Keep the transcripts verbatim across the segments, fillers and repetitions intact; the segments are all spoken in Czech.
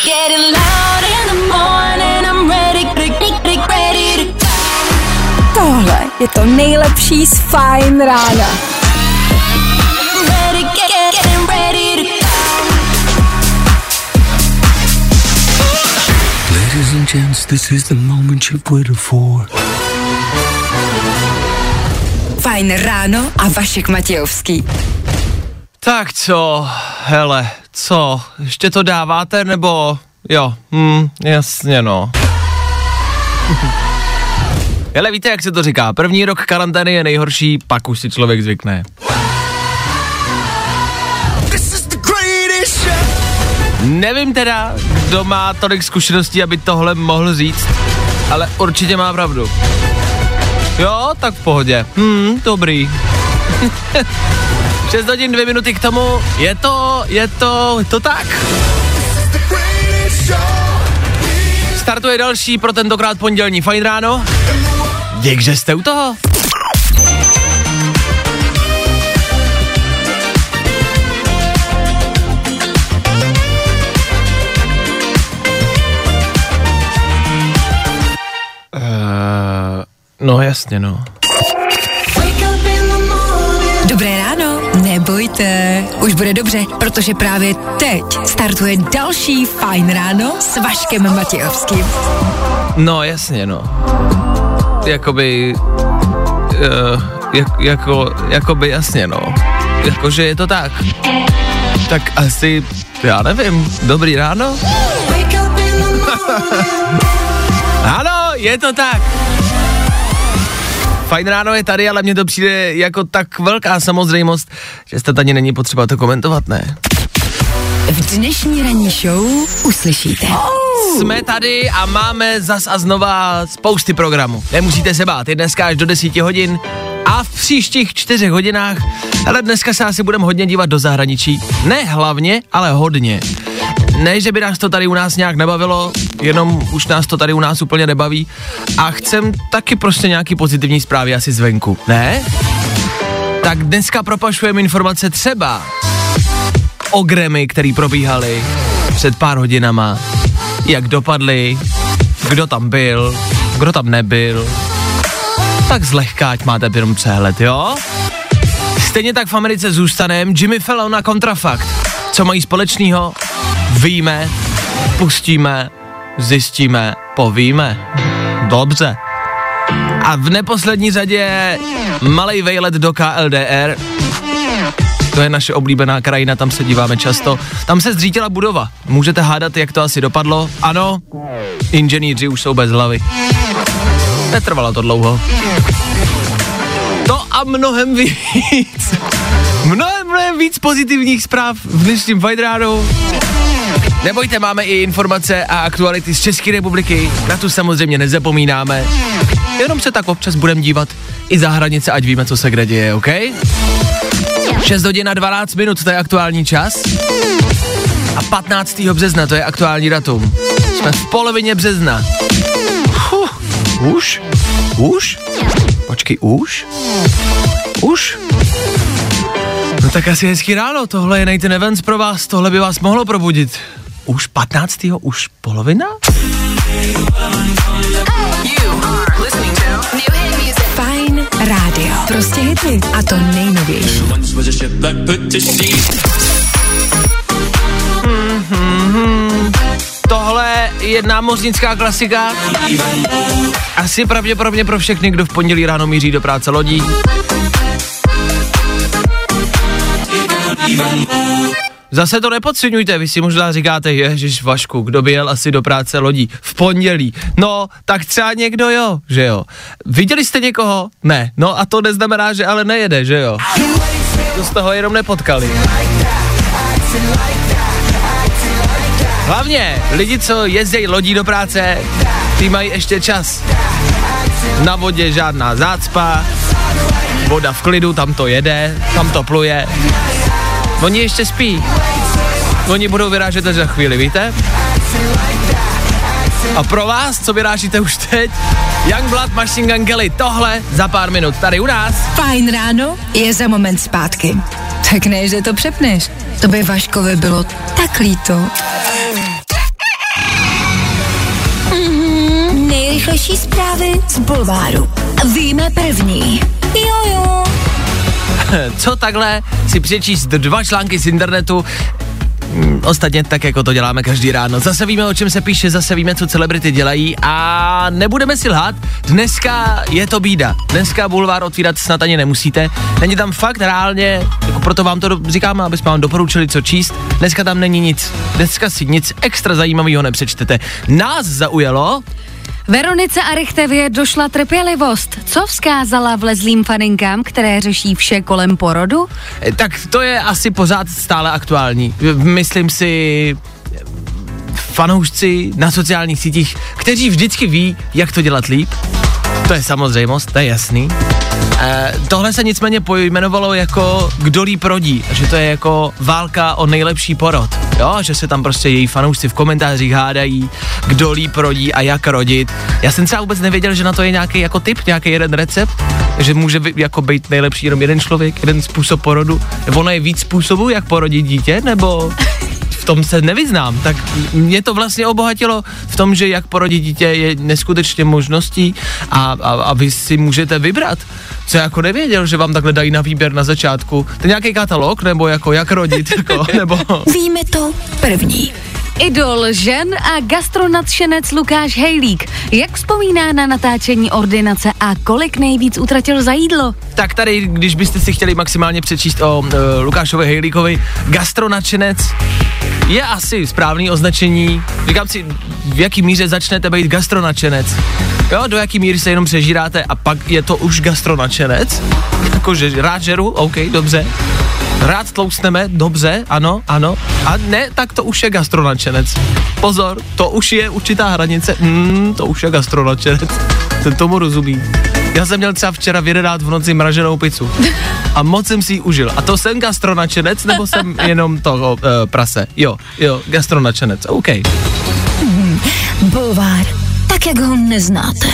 Tohle je to nejlepší z Fajn rána. Ladies and gents, this is the moment you've waited for. Fajn ráno a Vašek Matějovský. Tak co, hele, co, ještě to dáváte, nebo, jo, hm, jasně no. Hele, víte, jak se to říká, první rok karantény je nejhorší, pak už si člověk zvykne. Nevím teda, kdo má tolik zkušeností, aby tohle mohl říct, ale určitě má pravdu. Jo, tak v pohodě. Hm, dobrý. šest hodin, dvě minuty k tomu, je to, je to, je to tak. Startuje další pro tentokrát pondělní Fajn ráno. Děkže jste u toho. Uh, no jasně, no. Dobré ráno, nebojte, už bude dobře, protože právě teď startuje další Fajn ráno s Vaškem Matějovským. No jasně, no. Jakoby, uh, jak, jako, jakoby jasně, no. Jakože je to tak. Tak asi, já nevím, dobrý ráno? Ano, je to tak. Fajn ráno je tady, ale mně to přijde jako tak velká samozřejmost, že snad ani není potřeba to komentovat, ne? V dnešní ranní show uslyšíte. Jsme tady a máme zas a znova spousty programů. Nemusíte se bát, je dneska až do deseti hodin a v příštích čtyřech hodinách, ale dneska se asi budeme hodně dívat do zahraničí. Ne hlavně, ale hodně. Ne, že by nás to tady u nás nějak nebavilo, jenom už nás to tady u nás úplně nebaví a chcem taky prostě nějaký pozitivní zprávy asi zvenku, ne? Tak dneska propašujeme informace třeba o Grammy, který probíhaly před pár hodinama, jak dopadly, kdo tam byl, kdo tam nebyl, tak zlehka, ať máte jenom přehled, jo? Stejně tak v Americe zůstanem Jimmy Fallon a Kontrafakt. Co mají společného? Víme, pustíme, zjistíme, povíme. Dobře. A v neposlední řadě malej vejlet do K L D R. To je naše oblíbená krajina, tam se díváme často. Tam se zřítila budova. Můžete hádat, jak to asi dopadlo? Ano, inženýři už jsou bez hlavy. Netrvalo to dlouho. To a mnohem víc. Mnohem, mnohem víc pozitivních zpráv v dnešním Fajn ránu. Nebojte, máme i informace a aktuality z České republiky. Na tu samozřejmě nezapomínáme. Jenom se tak občas budeme dívat i za hranice, ať víme, co se kde děje, OK? šest hodin a dvanáct minut, to je aktuální čas. A patnáctého března, to je aktuální datum. Jsme v polovině března. Huh, už? Už? Počkej, už? Už? No tak asi hezký ráno, tohle je Nathan Evans pro vás, tohle by vás mohlo probudit. Už patnáctého Už polovina? Fajn rádio. Prostě hity. A to nejnovější. Mm-hmm. Tohle je námořnická klasika. Asi pravděpodobně pro všechny, kdo v pondělí ráno míří do práce lodí. Zase to nepodceňujte, vy si možná říkáte, ježiš Vašku, kdo by jel asi do práce lodí v pondělí. No, tak třeba někdo jo, že jo. Viděli jste někoho? Ne. No a to neznamená, že ale nejede, že jo. To jste ho jenom nepotkali. Hlavně lidi, co jezdí lodí do práce, ty mají ještě čas. Na vodě žádná zácpa, voda v klidu, tam to jede, tam to pluje. Oni ještě spí. Oni budou vyrážet až za chvíli, víte? A pro vás, co vyrážíte už teď, Youngblood, Machine Gun Kelly, tohle za pár minut tady u nás. Fajn ráno je za moment zpátky. Tak ne, že to přepneš. To by Vaškovi bylo tak líto. nejrychlejší zprávy z bulváru. Víme první. Jojo. Co takhle si přečíst dva články z internetu, ostatně tak, jako to děláme každý ráno. Zase víme, o čem se píše, zase víme, co celebrity dělají a nebudeme si lhát, dneska je to bída. Dneska bulvár otvírat snad ani nemusíte. Není tam fakt reálně, jako proto vám to do, říkáme, aby jsme vám doporučili, co číst. Dneska tam není nic. Dneska si nic extra zajímavého nepřečtete. Nás zaujalo... Veronice a Richtevě došla trpělivost. Co vzkázala vlezlým faninkám, které řeší vše kolem porodu? Tak to je asi pořád stále aktuální. Myslím si, fanoušci na sociálních sítích, kteří vždycky ví, jak to dělat líp. To je samozřejmost, to je jasný. E, tohle se nicméně pojmenovalo jako kdo líp rodí, že to je jako válka o nejlepší porod, jo, že se tam prostě její fanoušci v komentářích hádají, kdo líp rodí a jak rodit. Já jsem třeba vůbec nevěděl, že na to je nějaký jako tip, nějaký jeden recept, že může jako být nejlepší jenom jeden člověk, jeden způsob porodu. Ono je víc způsobů, jak porodit dítě, nebo... V tom se nevyznám, tak mě to vlastně obohatilo v tom, že jak porodit dítě je neskutečně možností a, a, a vy si můžete vybrat. Co jako nevěděl, že vám takhle dají na výběr na začátku. To nějaký katalog, nebo jako jak rodit, jako, nebo... Víme to první. Idol žen a gastronadšenec Lukáš Hejlík. Jak vzpomíná na natáčení Ordinace a kolik nejvíc utratil za jídlo? Tak tady, když byste si chtěli maximálně přečíst o uh, Lukášovi Hejlíkovi, gastronadšenec je asi správný označení. Říkám si, v jaký míře začnete být gastronadšenec. Jo, do jaký míry se jenom přežíráte a pak je to už gastronadšenec. Jakože rád žeru, OK, dobře. Rád tloustneme, dobře, ano, ano. A ne, tak to už je gastronadšenec. Pozor, to už je určitá hranice, mm, to už je gastronadšenec. Ten tomu rozumí. Já jsem měl třeba včera v jedenáct v noci mraženou pizzu. A moc jsem si ji užil. A to jsem gastronadšenec, nebo jsem jenom toho uh, prase? Jo, jo, gastronadšenec, OK. Hmm, bulvár, tak jak ho neznáte.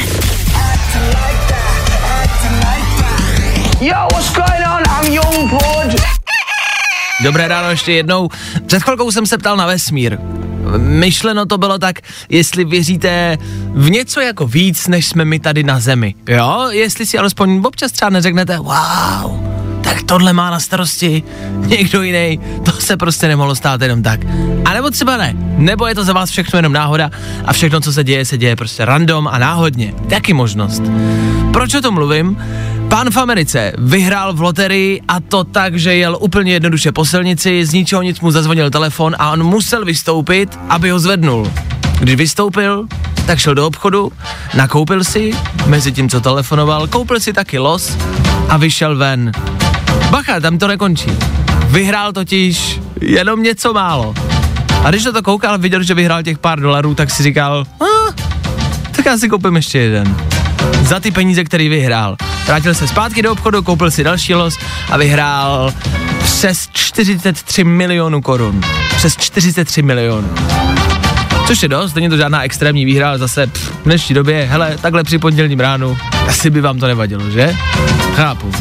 Yo, what's going on? I'm Youngblood. Dobré ráno ještě jednou. Před chvilkou jsem se ptal na vesmír. Myšleno to bylo tak, jestli věříte v něco jako víc, než jsme my tady na Zemi. Jo, jestli si alespoň občas třeba neřeknete, wow, tak tohle má na starosti někdo jiný, to se prostě nemohlo stát jenom tak. A nebo třeba ne, nebo je to za vás všechno jenom náhoda a všechno, co se děje, se děje prostě random a náhodně. Taky možnost. Proč o tom mluvím? Pán v Americe vyhrál v loterii a to tak, že jel úplně jednoduše po silnici, z ničeho nic mu zazvonil telefon a on musel vystoupit, aby ho zvednul. Když vystoupil, tak šel do obchodu, nakoupil si, mezi tím, co telefonoval, koupil si taky los a vyšel ven. Bacha, tam to nekončí. Vyhrál totiž jenom něco málo. A když na to koukal, viděl, že vyhrál těch pár dolarů, tak si říkal, ah, tak já si koupím ještě jeden. Za ty peníze, který vyhrál. Vrátil se zpátky do obchodu, koupil si další los a vyhrál přes čtyřicet tři milionů korun. Přes čtyřicet tři milionů. Což je dost, není to žádná extrémní výhra, ale zase pff, v dnešní době, hele, takhle při pondělním ránu, asi by vám to nevadilo, že? Chápu.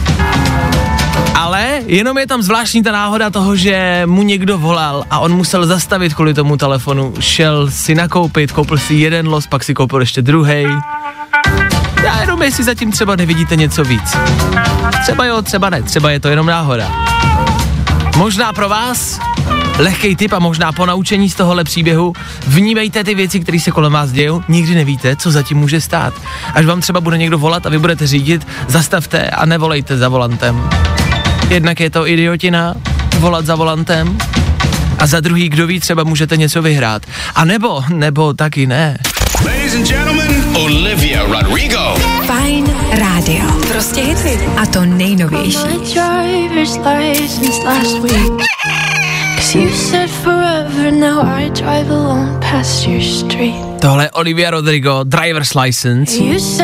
Ale jenom je tam zvláštní ta náhoda toho, že mu někdo volal a on musel zastavit kvůli tomu telefonu, šel si nakoupit, koupil si jeden los, pak si koupil ještě druhej. Já jenom jestli zatím třeba nevidíte něco víc. Třeba jo, třeba ne, třeba je to jenom náhoda. Možná pro vás lehkej tip a možná ponaučení z tohohle příběhu. Vnímejte ty věci, které se kolem vás dějou, nikdy nevíte, co zatím může stát. Až vám třeba bude někdo volat a vy budete řídit, zastavte a nevolejte za volantem. Jednak je to idiotina, volat za volantem. A za druhý, kdo ví, třeba můžete něco vyhrát. A nebo, nebo taky ne. Ladies and gentlemen, Olivia Rodrigo. Fajn rádio. Prostě hity. A to nejnovější. Tohle je Olivia Rodrigo, Driver's License.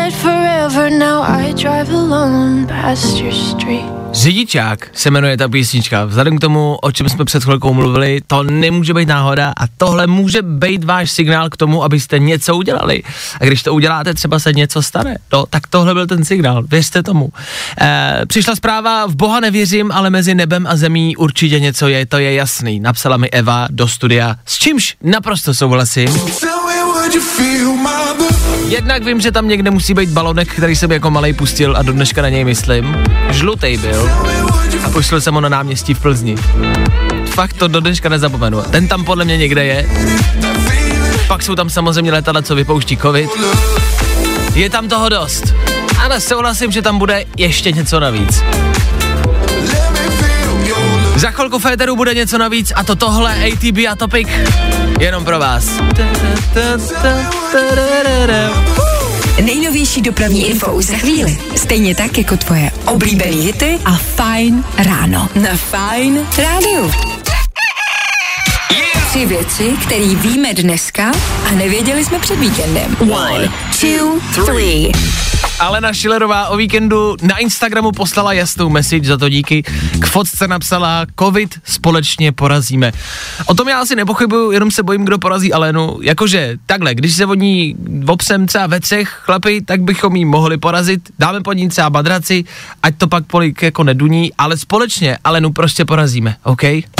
Řidičák se jmenuje ta písnička. Vzhledem k tomu, o čem jsme před chvilkou mluvili, to nemůže být náhoda a tohle může být váš signál k tomu, abyste něco udělali. A když to uděláte, třeba se něco stane. No, tak tohle byl ten signál, věřte tomu. E, přišla zpráva, v Boha nevěřím, ale mezi nebem a zemí určitě něco je, to je jasný. Napsala mi Eva do studia, s čímž naprosto souhlasím. Jednak vím, že tam někde musí být balonek, který jsem jako malej pustil a do dneška na něj myslím. Žlutej byl a pošlil jsem ho na náměstí v Plzni. Fakt to do dneška nezapomenu. Ten tam podle mě někde je. Pak jsou tam samozřejmě letadla, co vypouští covid. Je tam toho dost. Ale souhlasím, že tam bude ještě něco navíc. Za chvilku féteru bude něco navíc a to tohle A T B a Topic jenom pro vás. Nejnovější dopravní info už za chvíli. Stejně tak jako tvoje oblíbený hity a Fajn ráno na Fajn rádiu. Tři věci, které víme dneska a nevěděli jsme před víkendem. One, two, three. Alena Schillerová o víkendu na Instagramu poslala jasnou message, za to díky. K fotce napsala: covid společně porazíme. O tom já asi nepochybuju, jenom se bojím, kdo porazí Alenu. Jakože takhle, když se o ní opřem třeba ve třech chlapi, tak bychom jí mohli porazit. Dáme pod ní třeba madraci, ať to pak polik jako neduní, ale společně Alenu prostě porazíme, OK?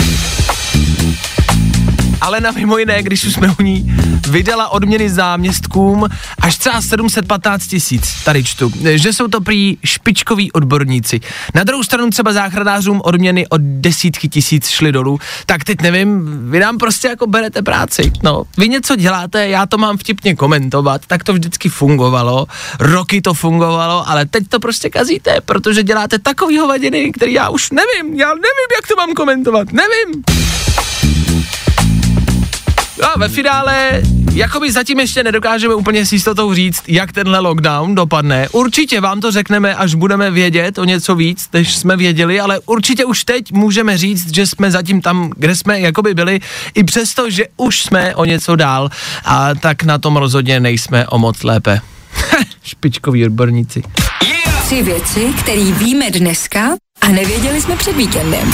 Alena mimo jiné, když už jsme u ní, vydala odměny záměstkům až třeba sedm set patnáct tisíc, tady čtu, že jsou to prý špičkoví odborníci. Na druhou stranu třeba záchranářům odměny od desítky tisíc šly dolů, tak teď nevím, vy nám prostě jako berete práci, no. Vy něco děláte, já to mám vtipně komentovat, tak to vždycky fungovalo, roky to fungovalo, ale teď to prostě kazíte, protože děláte takový hovadiny, který já už nevím, já nevím, jak to mám komentovat, nevím. A ve finále, jakoby zatím ještě nedokážeme úplně s jistotou říct, jak tenhle lockdown dopadne. Určitě vám to řekneme, až budeme vědět o něco víc, než jsme věděli, ale určitě už teď můžeme říct, že jsme zatím tam, kde jsme jakoby byli, i přesto, že už jsme o něco dál, a tak na tom rozhodně nejsme o moc lépe. Špičkoví odborníci. Yeah! Tři věci, které víme dneska a nevěděli jsme před víkendem.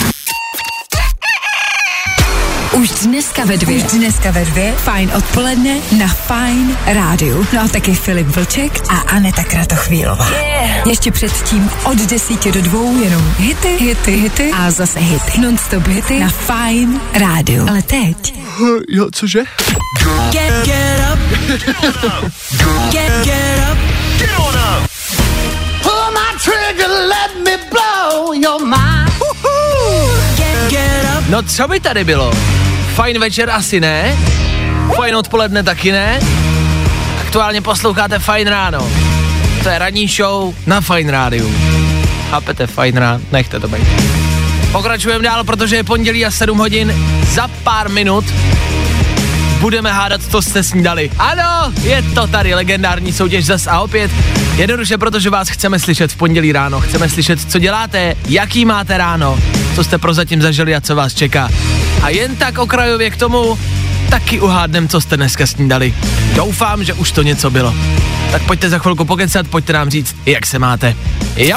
Už dneska ve dvě. Už dneska ve dvě. Fajn odpoledne na Fajn rádiu. No a taky Filip Vlček a Aneta Kratochvílová. Yeah. Ještě předtím od desíti do dvou jenom hity, hity, hity a zase hity. Non-stop hity na Fajn rádiu. Ale teď. Jo, cože? Get, get up. Get, get up. Get on up. Pull my trigger, let me blow your mind. Get, get up. No co by tady bylo? Fajn večer asi ne, fajn odpoledne taky ne, aktuálně posloucháte Fajn ráno, to je ranní show na Fajn rádiu, chápete, Fajn ráno, nechte to být. Pokračujeme dál, protože je pondělí a sedm hodin, za pár minut budeme hádat, co jste snídali. Ano, je to tady legendární soutěž zas a opět, jednoduše, protože vás chceme slyšet v pondělí ráno, chceme slyšet, co děláte, jaký máte ráno, co jste prozatím zažili a co vás čeká. A jen tak okrajově k tomu taky uhádnem, co jste dneska snídali. Doufám, že už to něco bylo. Tak pojďte za chvilku pokecat, pojďte nám říct, jak se máte. Jo.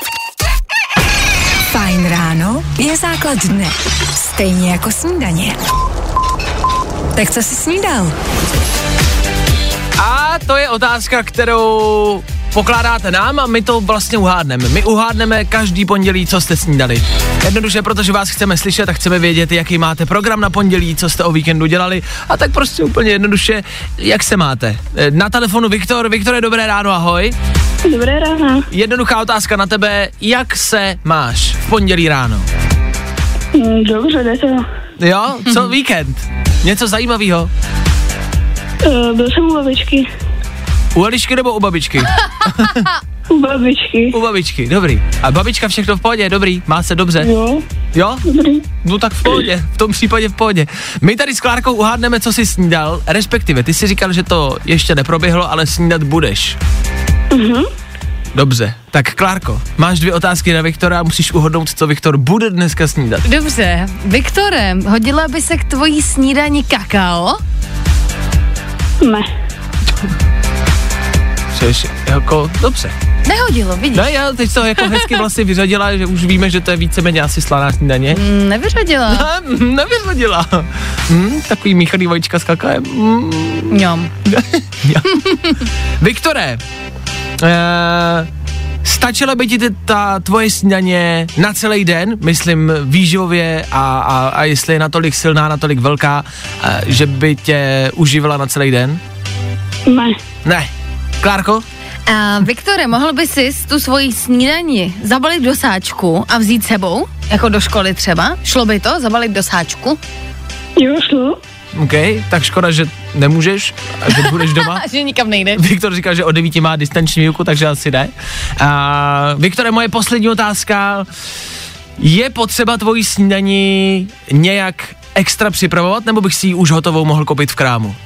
Fajn ráno je základ dne. Stejně jako snídaně. Tak co jsi snídal? A to je otázka, kterou pokládáte nám a my to vlastně uhádneme. My uhádneme každý pondělí, co jste snídali. Jednoduše, protože vás chceme slyšet a chceme vědět, jaký máte program na pondělí, co jste o víkendu dělali a tak prostě úplně jednoduše, jak se máte. Na telefonu Viktor. Viktore, dobré ráno, ahoj. Dobré ráno. Jednoduchá otázka na tebe, jak se máš v pondělí ráno? Dobře, jde to. Jo, co víkend? Něco zajímavého? Uh, byl jsem u babičky. U Elišky nebo u babičky? U babičky. U babičky, dobrý. A babička všechno v pohodě, dobrý, má se dobře? Jo. Jo? Dobrý. No tak v pohodě, v tom případě v pohodě. My tady s Klárkou uhádneme, co jsi snídal, respektive ty jsi říkal, že to ještě neproběhlo, ale snídat budeš. Mhm. Dobře, tak Klárko, máš dvě otázky na Viktora a musíš uhodnout, co Viktor bude dneska snídat. Dobře, Viktore, hodila by se k tvojí snídani kakao? Ne. Což, jako, dobře. Nehodilo, vidíš? Ne, já teď to jako hezky vlastně vyřadila, že už víme, že to je víceméně asi slaná snídaně. Mm, nevyřadila. Ne, nevyřadila. Hmm, takový míchaný vajíčka s kakaem. Hmm. Mňam. Viktore, eh, stačila by ti ta tvoje snídaně na celý den, myslím výživově a, a, a jestli je natolik silná, natolik velká, eh, že by tě uživila na celý den? Ne. Ne. Klárko? A Viktore, mohl by si tu svoji snídani zabalit do sáčku a vzít sebou, jako do školy třeba? Šlo by to, zabalit do sáčku? Jo, šlo. OK, tak škoda, že nemůžeš a že budeš doma. Že nikam nejde. Viktor říkal, že o devíti má distanční výuku, takže asi ne. A Viktore, moje poslední otázka. Je potřeba tvoji snídani nějak extra připravovat, nebo bych si ji už hotovou mohl koupit v krámu?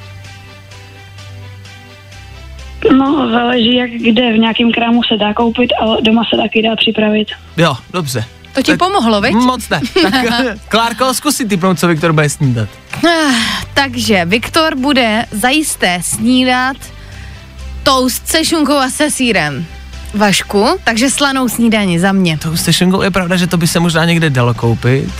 No, záleží jak kde, v nějakém krámu se dá koupit, ale doma se taky dá připravit. Jo, dobře. To ti pomohlo, viď? Moc ne. Tak, Klárko, zkus si tipnout, co Viktor bude snídat. Takže Viktor bude zajisté snídat toast se šunkou a se sýrem. Vašku, takže slanou snídani za mě. To s šunkou je pravda, že to by se možná někde dalo koupit.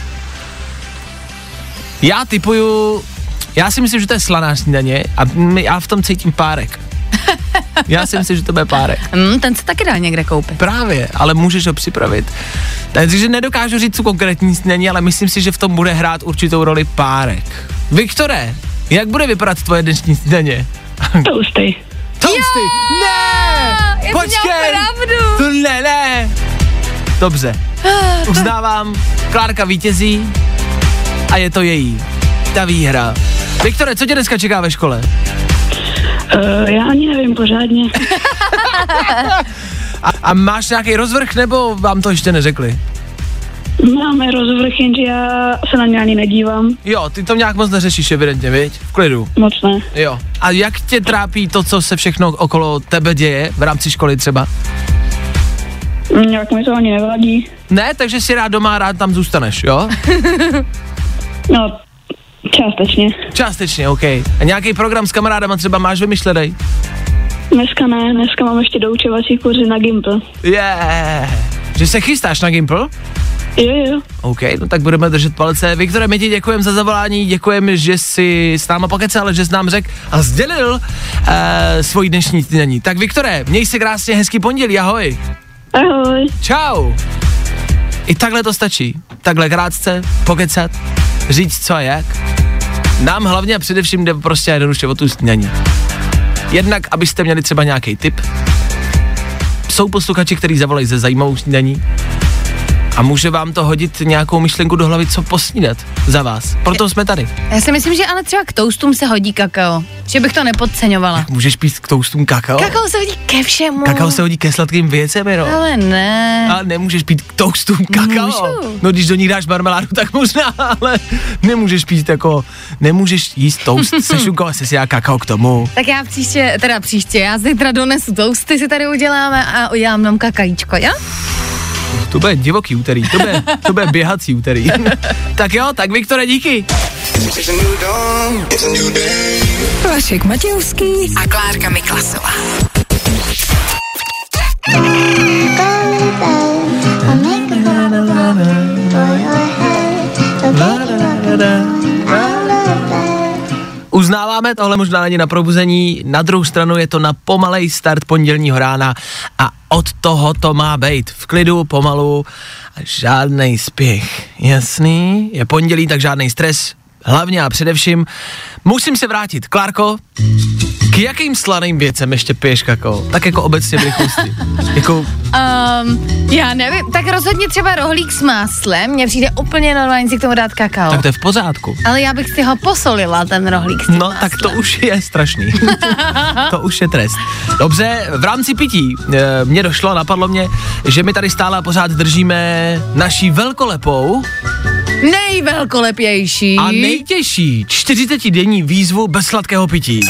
Já tipuju, já si myslím, že to je slaná snídaně a my, já v tom cítím párek. Já si myslím, že to bude párek. Mm, ten se taky dá někde koupit. Právě, ale můžeš ho připravit. Takže nedokážu říct, co konkrétní snídaní, ale myslím si, že v tom bude hrát určitou roli párek. Viktore, jak bude vypadat tvoje dnešní snídaně? Toasty. Toasty! Ne! Já jsem Počkej! měla pravdu. To ne, ne! Dobře. Uznávám, Klárka vítězí a je to její. Ta výhra. Viktore, co tě dneska čeká ve škole? Uh, já ani nevím pořádně. A, a máš nějaký rozvrh, nebo vám to ještě neřekli? Máme rozvrh, jenže já se na ně ani nedívám. Jo, ty to nějak moc neřešíš evidentně, viď? V klidu. Moc ne. Jo. A jak tě trápí to, co se všechno okolo tebe děje v rámci školy třeba? Nějak mi to ani nevadí. Ne, takže si rád doma, rád tam zůstaneš, jo? No, částečně. Částečně, OK. A nějaký program s kamarádama třeba máš vymyšlenej? Dneska ne, dneska mám ještě doučovací kurzy na Gimpl. Yeah. Že se chystáš na Gimpl? Jo, jo. OK, no tak budeme držet palce. Viktore, my ti děkujeme za zavolání, děkujeme, že jsi s náma pokecal, že jsi nám řekl a sdělil uh, svoji dnešní snídaní. Tak Viktore, měj se krásně, hezký pondělí, ahoj. Ahoj. Čau. I takhle to stačí. Takhle krátce, pokecat, říct co a jak. Nám hlavně a především jde prostě jednoduše o tu snídaní. Jednak, abyste měli třeba nějaký tip. Jsou posluchači, kteří zavolají ze zajímavou snídaní a může vám to hodit nějakou myšlenku do hlavy, co posnídat za vás. Proto jsme tady. Já si myslím, že ale třeba k toastům se hodí kakao. Že bych to nepodceňovala. Můžeš pít k toastům kakao? Kakao se hodí ke všemu. Kakao se hodí ke sladkým věcem, jo. Ale ne. A nemůžeš pít k toastům kakao. Můžu. No když do ní dáš marmeládu, tak možná, ale nemůžeš pít jako, nemůžeš jíst toast se šunkou a se si dá kakao k tomu. Tak já příště, teda příště, já zítra donesu toasty, si tady uděláme a udělám nám kakajíčko, jo? To bude divoký úterý, to bude, to bude běhací úterý. Tak jo, tak Viktore, díky. Vašek Matějovský a Klárka Miklasová. Uznáváme, tohle možná není na probuzení, na druhou stranu je to na pomalej start pondělního rána a od toho to má být. V klidu, pomalu a žádnej spěch. Jasný? Je pondělí, tak žádnej stres. Hlavně a především musím se vrátit. Klárko, k jakým slaným věcem ještě piješ kakao? Tak jako obecně v rychlosti. Jako... Um, já nevím, tak rozhodně třeba rohlík s máslem, mně přijde úplně normálně si k tomu dát kakao. Tak to je v pořádku. Ale já bych si ho posolila, ten rohlík s tím No máslem. tak to už je strašný. To už je trest. Dobře, v rámci pití e, mě došlo, napadlo mě, že my tady stále a pořád držíme naší velkolepou Nejvelkolepější. a nejtěžší čtyřicetidenní výzvu bez sladkého pití.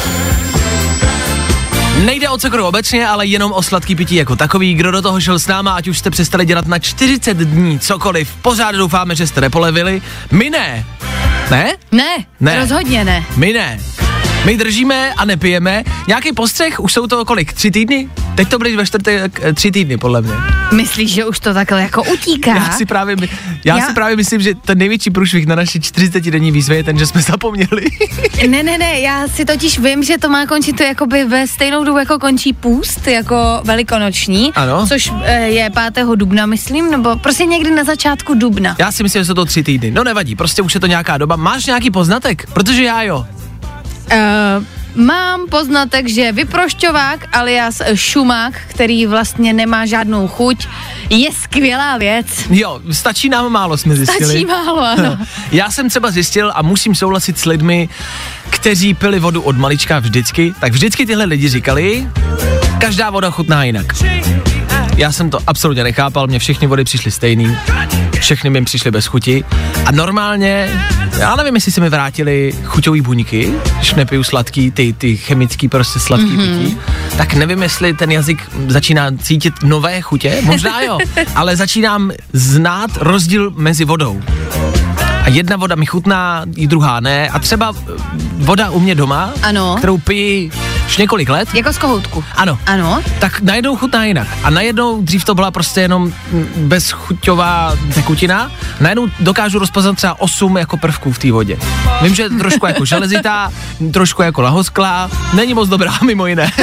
Nejde o cukru obecně, ale jenom o sladký pití jako takový. Kdo do toho šel s náma, ať už jste přestali dělat na čtyřicet dní cokoliv, pořád doufáme, že jste nepolevili. My ne. Ne? Ne, Ne. rozhodně ne. My ne. My držíme a nepijeme. Nějaký postřeh? Už jsou to kolik? Tři týdny? Teď to byly ve čtvrtek eh, tři týdny, podle mě. Myslíš, že už to takhle jako utíká? Já si právě, my- já, Já- si právě myslím, že ten největší průšvih na naší čtyřicetidenní výzvě je ten, že jsme zapomněli. Ne, ne, ne, já si totiž vím, že to má končit to jakoby ve stejnou dobu, jako končí půst, jako velikonoční. Ano. Což e, je pátého dubna, myslím, nebo prostě někdy na začátku dubna. Já si myslím, že jsou to tři týdny. No nevadí, prostě už je to nějaká doba. Máš nějaký poznatek? Protože já jo. Uh, Mám poznatek, že vyprošťovák alias šumák, který vlastně nemá žádnou chuť, je skvělá věc. Jo, stačí nám málo, jsme zjistili. Stačí málo, ano. Já jsem třeba zjistil a musím souhlasit s lidmi, kteří pili vodu od malička vždycky, tak vždycky tyhle lidi říkali, každá voda chutná jinak. Já jsem to absolutně nechápal, mně všechny vody přišly stejný, všechny mi přišly bez chuti a normálně, já nevím, jestli se mi vrátily chuťový buňky, když nepiju sladký, ty, ty chemický prostě sladký mm-hmm. pití, tak nevím, jestli ten jazyk začíná cítit nové chutě, možná jo, ale začínám znát rozdíl mezi vodou. A jedna voda mi chutná, i druhá ne. A třeba voda u mě doma, ano. kterou piji už několik let. Jako z kohoutku. Ano. Ano. Tak najednou chutná jinak. A najednou, dřív to byla prostě jenom bezchuťová tekutina, najednou dokážu rozpoznat třeba osm jako prvků v té vodě. Vím, že je trošku jako železitá, trošku jako lahosklá, není moc dobrá mimo jiné.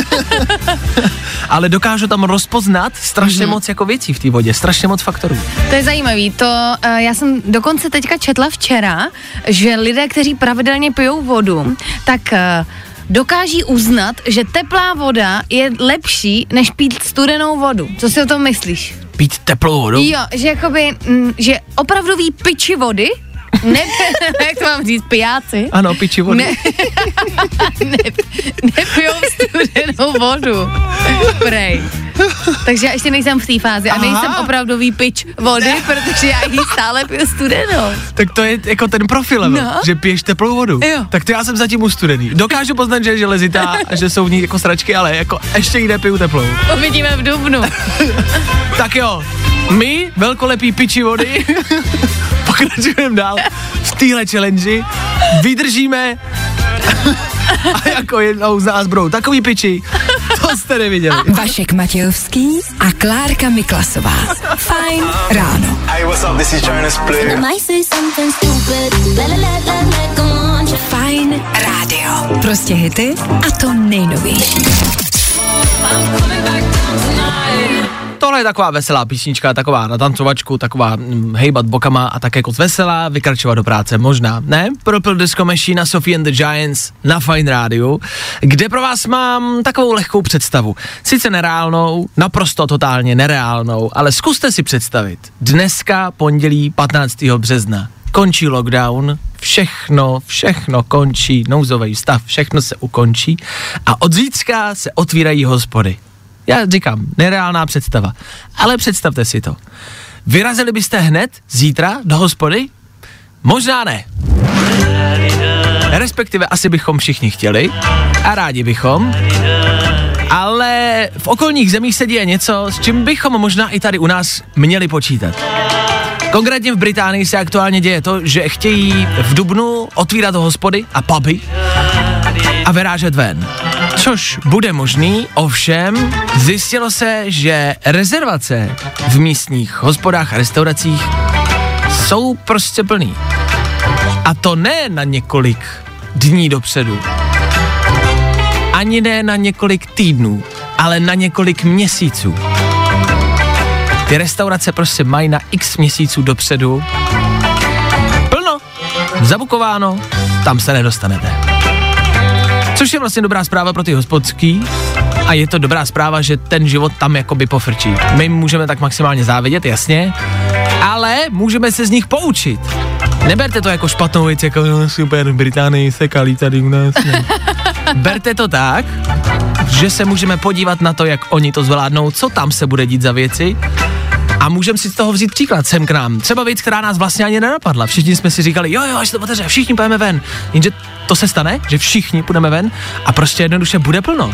Ale dokážu tam rozpoznat strašně mm-hmm. moc jako věcí v té vodě, strašně moc faktorů. To je zajímavý, to uh, já jsem dokonce teďka četla včera, že lidé, kteří pravidelně pijou vodu, tak uh, dokáží uznat, že teplá voda je lepší, než pít studenou vodu. Co si o tom myslíš? Pít teplou vodu? Jo, že jakoby, m, že opravdový piči vody, ne, jak to mám říct, pijáci? Ano, piči vody. Ne, ne, nepijou studenou vodu. Prej. Takže já ještě nejsem v té fázi a Aha. nejsem opravdový pič vody, protože já ji stále piju studenou. Tak to je jako ten profil, no? Že piješ teplou vodu. Jo. Tak to já jsem zatím u studený. Dokážu poznat, že je železitá a že jsou v ní jako sračky, ale jako ještě jde piju teplou. Uvidíme v dubnu. Tak jo, my, velkolepí piči vody, pokračujeme dál v téhle challenge, vydržíme a jako jednou z nás budou takový piči, to jste neviděli. Vašek Matějovský a Klárka Miklasová. Fajn ráno. Hey, what's up? This is Jonas Blue. Fajn rádio. Prostě hity a to nejnovější. Tohle je taková veselá písnička, taková na tancovačku, taková hm, hejbat bokama a tak jako veselá, vykračovat do práce, možná, ne? Purple Disco Machine a Sophie and the Giants na Fine rádiu, kde pro vás mám takovou lehkou představu. Sice nereálnou, naprosto totálně nereálnou, ale zkuste si představit. Dneska, pondělí patnáctého března, končí lockdown, všechno, všechno končí, nouzový stav, všechno se ukončí a od zítřka se otvírají hospody. Já říkám, nereálná představa, ale představte si to. Vyrazili byste hned zítra do hospody? Možná ne. Respektive asi bychom všichni chtěli a rádi bychom, ale v okolních zemích se děje něco, s čím bychom možná i tady u nás měli počítat. Konkrétně v Británii se aktuálně děje to, že chtějí v dubnu otvírat hospody a puby a vyrážet ven. Což bude možný, ovšem zjistilo se, že rezervace v místních hospodách a restauracích jsou prostě plný. A to ne na několik dní dopředu, ani ne na několik týdnů, ale na několik měsíců. Ty restaurace prostě mají na x měsíců dopředu plno, zabukováno, tam se nedostanete. Což je vlastně dobrá zpráva pro ty hospodský a je to dobrá zpráva, že ten život tam jakoby pofrčí. My můžeme tak maximálně závidět, jasně, ale můžeme se z nich poučit. Neberte to jako špatnou věc, jako no, super, v Británii se kalí tady u nás. Ne. Berte to tak, že se můžeme podívat na to, jak oni to zvládnou, co tam se bude dít za věci a můžeme si z toho vzít příklad sem k nám. Třeba věc, která nás vlastně ani nenapadla. Všichni jsme si říkali, jo, jo, až to otevře, všichni půjdeme ven. Jenže to se stane, že všichni půjdeme ven a prostě jednoduše bude plno.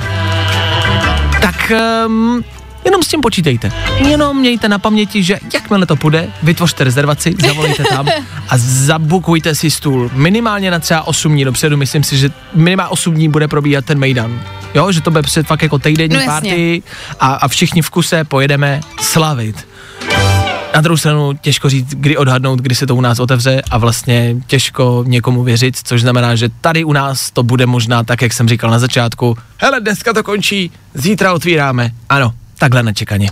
Tak um, jenom s tím počítejte. Jenom mějte na paměti, že jakmile to půjde, vytvořte rezervaci, zavolejte tam a zabukujte si stůl. Minimálně na třeba osm dní dopředu, myslím si, že minimálně osm dní bude probíhat ten mejdan. Jo, že to bude před fakt jako týdenní no party a, a všichni v kuse pojedeme slavit. Na druhou stranu těžko říct, kdy odhadnout, kdy se to u nás otevře a vlastně těžko někomu věřit, což znamená, že tady u nás to bude možná tak, jak jsem říkal na začátku. Hele, dneska to končí, zítra otvíráme. Ano, takhle nečekaně.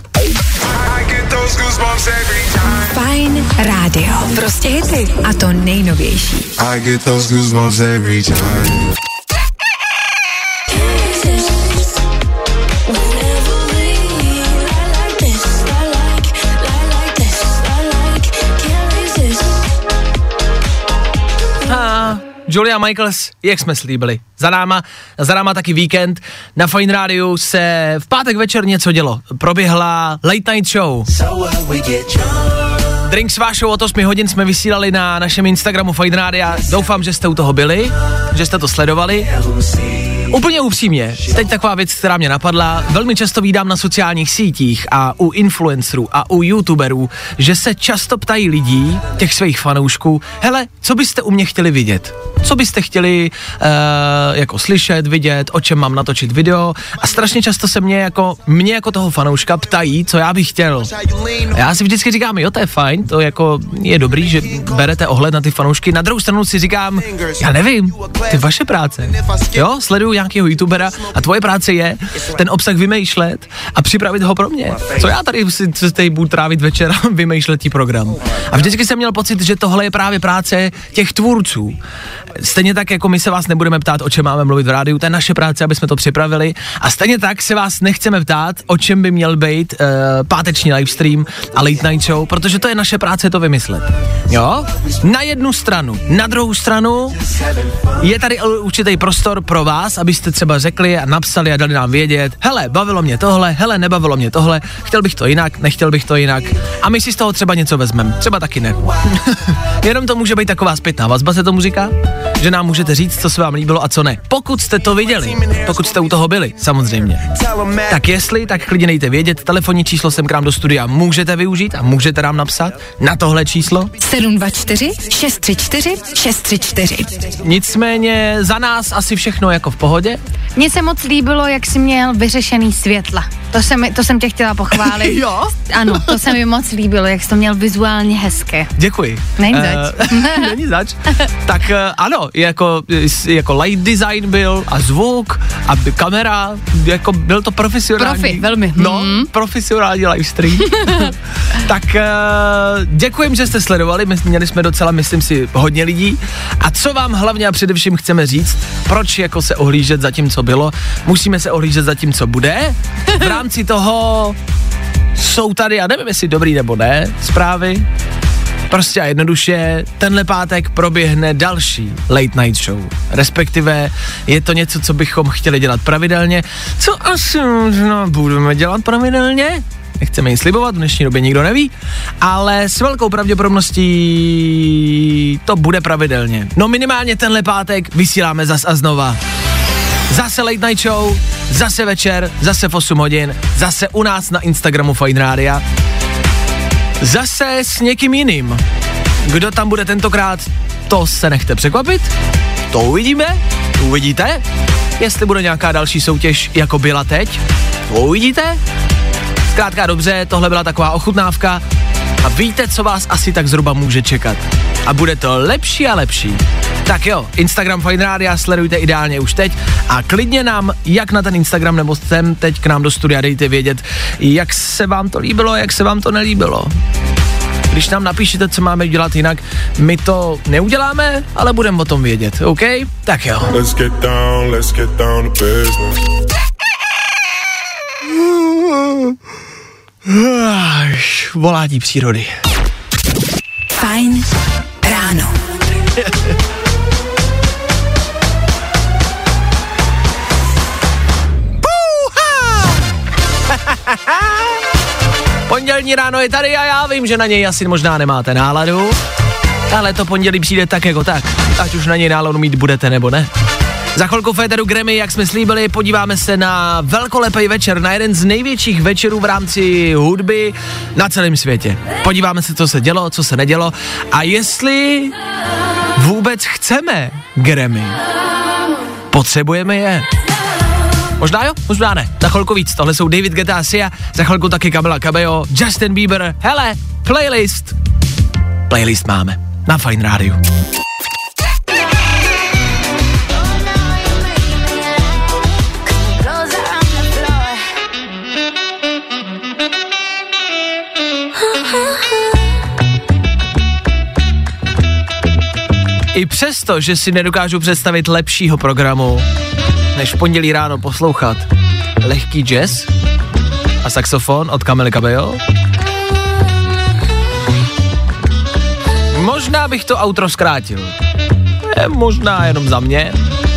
Fajn rádio. Prostě hity a to nejnovější. I get those goosebumps every time. Julia Michaels, jak jsme slíbili. Za náma, za náma taky víkend. Na Fine Rádiu se v pátek večer něco dělo. Proběhla Late Night Show. Drinks vášou od osmi hodin jsme vysílali na našem Instagramu Fine Rádia. Doufám, že jste u toho byli, že jste to sledovali. Úplně upřímně, teď taková věc, která mě napadla, velmi často vídám na sociálních sítích a u influencerů a u youtuberů, že se často ptají lidí, těch svých fanoušků, hele, co byste u mě chtěli vidět? Co byste chtěli uh, jako slyšet, vidět, o čem mám natočit video? A strašně často se mě jako, mě jako toho fanouška ptají, co já bych chtěl. A já si vždycky říkám, jo, to je fajn, to jako je dobrý, že berete ohled na ty fanoušky. Na druhou stranu si říkám, já nevím, ty vaše práce, jo, sleduju nějakého youtubera a tvoje práce je ten obsah vymýšlet a připravit ho pro mě. Co já tady si tady budu trávit večer a vymýšlet tí program. A vždycky jsem měl pocit, že tohle je právě práce těch tvůrců. Stejně tak, jako my se vás nebudeme ptát, o čem máme mluvit v rádiu, to je naše práce, aby jsme to připravili. A stejně tak se vás nechceme ptát, o čem by měl být uh, páteční livestream a late night show, protože to je naše práce to vymyslet. Jo? Na jednu stranu. Na druhou stranu je tady určitý prostor pro vás, abyste třeba řekli a napsali a dali nám vědět, hele, bavilo mě tohle, hele, nebavilo mě tohle, chtěl bych to jinak, nechtěl bych to jinak. A my si z toho třeba něco vezmeme, třeba taky ne. Jenom to může být taková zpětná vazba, se tomu říká, že nám můžete říct, co se vám líbilo a co ne. Pokud jste to viděli, pokud jste u toho byli, samozřejmě. Tak jestli, tak klidně dejte vědět, telefonní číslo sem k nám do studia můžete využít a můžete nám napsat na tohle číslo. sedm dva čtyři šest tři čtyři šest tři čtyři. Nicméně za nás asi všechno jako v pohodě. Mně se moc líbilo, jak jsi měl vyřešený světla. To jsem, to jsem tě chtěla pochválit. Jo? Ano, to se mi moc líbilo, jak jsi to měl vizuálně hezké. Děkuji. Není zač. Uh, není zač. Tak uh, ano, jako, jako light design byl a zvuk a kamera, jako byl to profesionální. Profi, velmi. No, hmm. profesionální livestream. Tak uh, děkujem, že jste sledovali, my, měli jsme docela, myslím si, hodně lidí. A co vám hlavně a především chceme říct, proč jako se ohlížet za tím, co bylo, musíme se ohlížet za tím, co bude. V rámci toho jsou tady, já nevím, jestli dobrý nebo ne, zprávy. Prostě a jednoduše, tenhle pátek proběhne další late night show. Respektive je to něco, co bychom chtěli dělat pravidelně. Co asi možná budeme dělat pravidelně? Nechceme ji slibovat, v dnešní době nikdo neví, ale s velkou pravděpodobností to bude pravidelně. No minimálně tenhle pátek vysíláme zas a znova. Zase late night show, zase večer, zase v osm hodin, zase u nás na Instagramu Fine Rádia. Zase s někým jiným. Kdo tam bude tentokrát, to se nechte překvapit. To uvidíme, uvidíte. Jestli bude nějaká další soutěž, jako byla teď, to uvidíte. Zkrátka dobře, tohle byla taková ochutnávka a víte, co vás asi tak zhruba může čekat. A bude to lepší a lepší. Tak jo, Instagram Fine Rádia sledujte ideálně už teď a klidně nám, jak na ten Instagram nebo sem teď k nám do studia dejte vědět, jak se vám to líbilo, jak se vám to nelíbilo. Když nám napíšete, co máme dělat jinak, my to neuděláme, ale budeme o tom vědět, OK? Tak jo. Let's get down, let's get down to business. Volání přírody. Fajn ráno. Pondělní ráno je tady a já vím, že na něj asi možná nemáte náladu, ale to pondělí přijde tak jako tak, ať už na něj náladu mít budete nebo ne. Za chvilku Féteru Grammy, jak jsme slíbili, podíváme se na velkolepý večer, na jeden z největších večerů v rámci hudby na celém světě. Podíváme se, co se dělo, co se nedělo a jestli vůbec chceme Grammy. Potřebujeme je. Možná jo, možná ne. Za chvilku víc. Tohle jsou David Guetta a Sia, za chvilku taky Camila Cabello, Justin Bieber. Hele, playlist. Playlist máme na Fine Rádiu. I přesto, že si nedokážu představit lepšího programu, než v pondělí ráno poslouchat lehký jazz a saxofon od Camily Cabello. Možná bych to outro zkrátil. je možná jenom za mě.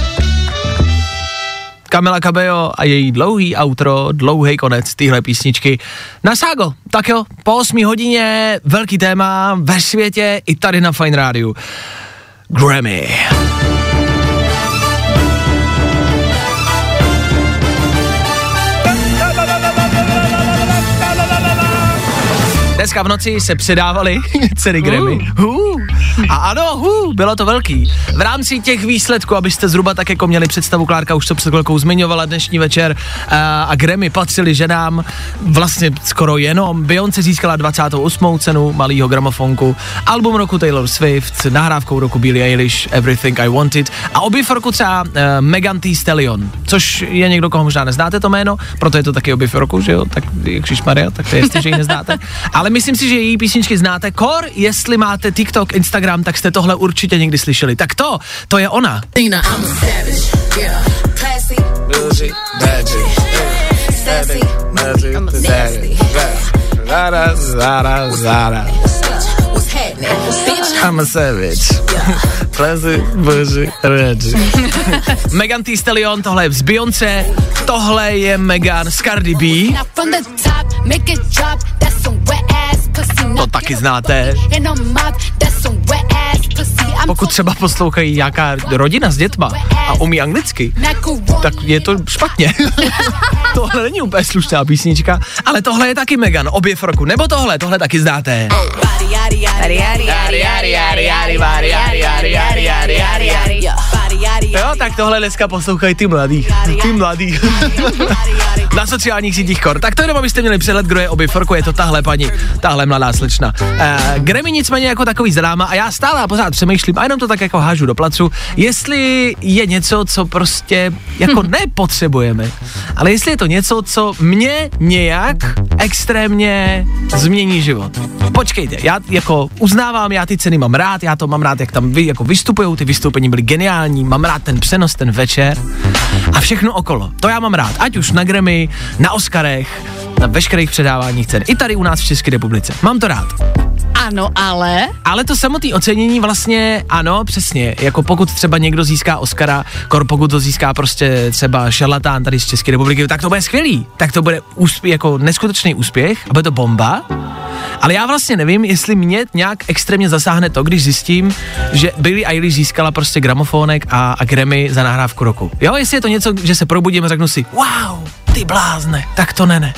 Camila Cabello a její dlouhý outro, dlouhý konec téhle písničky na Ságo. Tak jo, po osmé hodině velký téma ve světě i tady na Fajn rádiu. Grammy. Dneska v noci se předávali ceny Grammy. Uh. A ano, uh, bylo to velký. V rámci těch výsledků, abyste zhruba tak jako měli představu, Klárka už to před chvilkou zmiňovala dnešní večer, a, a Grammy patřili ženám vlastně skoro jenom. Beyoncé získala dvacátou osmou cenu malýho gramofonku, album roku Taylor Swift, nahrávkou roku Billie Eilish, Everything I Wanted a objev roku třeba uh, Megan Thee Stallion, což je někdo, koho možná neznáte to jméno, proto je to taky objev roku, že jo, tak ježišmarja, tak to je jasně, že ji neznáte. Ale myslím si, že její písničky znáte. Kor, jestli máte TikTok, Instagram, tak jste tohle určitě někdy slyšeli. Tak to, to je ona. I'm a savage. Classy, bougie, Reggie. Megan Thee Stallion, tohle je z Beyoncé, tohle je Megan z Cardi B. To taky znáte. Pokud třeba poslouchají nějaká rodina s dětma a umí anglicky, tak je to špatně. Tohle není úplně slušná písnička, ale tohle je taky Megan, objev roku. Nebo tohle, tohle taky znáte. Jo, tak tohle dneska poslouchají ty mladý. Ty mladý. Na sociálních sítích Kor. Tak to jenom, abyste měli přehled, kdo je objev roku, je to tahle paní, tahle mladá slečna. Uh, Grammy nicméně jako takový známa a já stále a pořád přemýšlím a jenom to tak jako hážu do placu, jestli je něco, co prostě jako nepotřebujeme, ale jestli je to něco, co mě nějak extrémně změní život. Počkejte, já jako uznávám, já ty ceny mám rád, já to mám rád, jak tam vy, jako vystupujou, ty vystoupení byly geniální, mám rád ten přenos, ten večer a všechno okolo. To já mám rád, ať už na Grammy, na Oscarech, na veškerých předáváních cen, i tady u nás v České republice. Mám to rád. Ano, ale... Ale to samotné ocenění vlastně, ano, přesně, jako pokud třeba někdo získá Oscara, kor pokud to získá prostě třeba šarlatán tady z České republiky, tak to bude skvělý, tak to bude úspěch, jako neskutečný úspěch a bude to bomba. Ale já vlastně nevím, jestli mě nějak extrémně zasáhne to, když zjistím, že Billie Eilish získala prostě gramofónek a, a Grammy za nahrávku roku. Jo, jestli je to něco, že se probudím a řeknu si, wow, ty blázne, tak to ne, ne.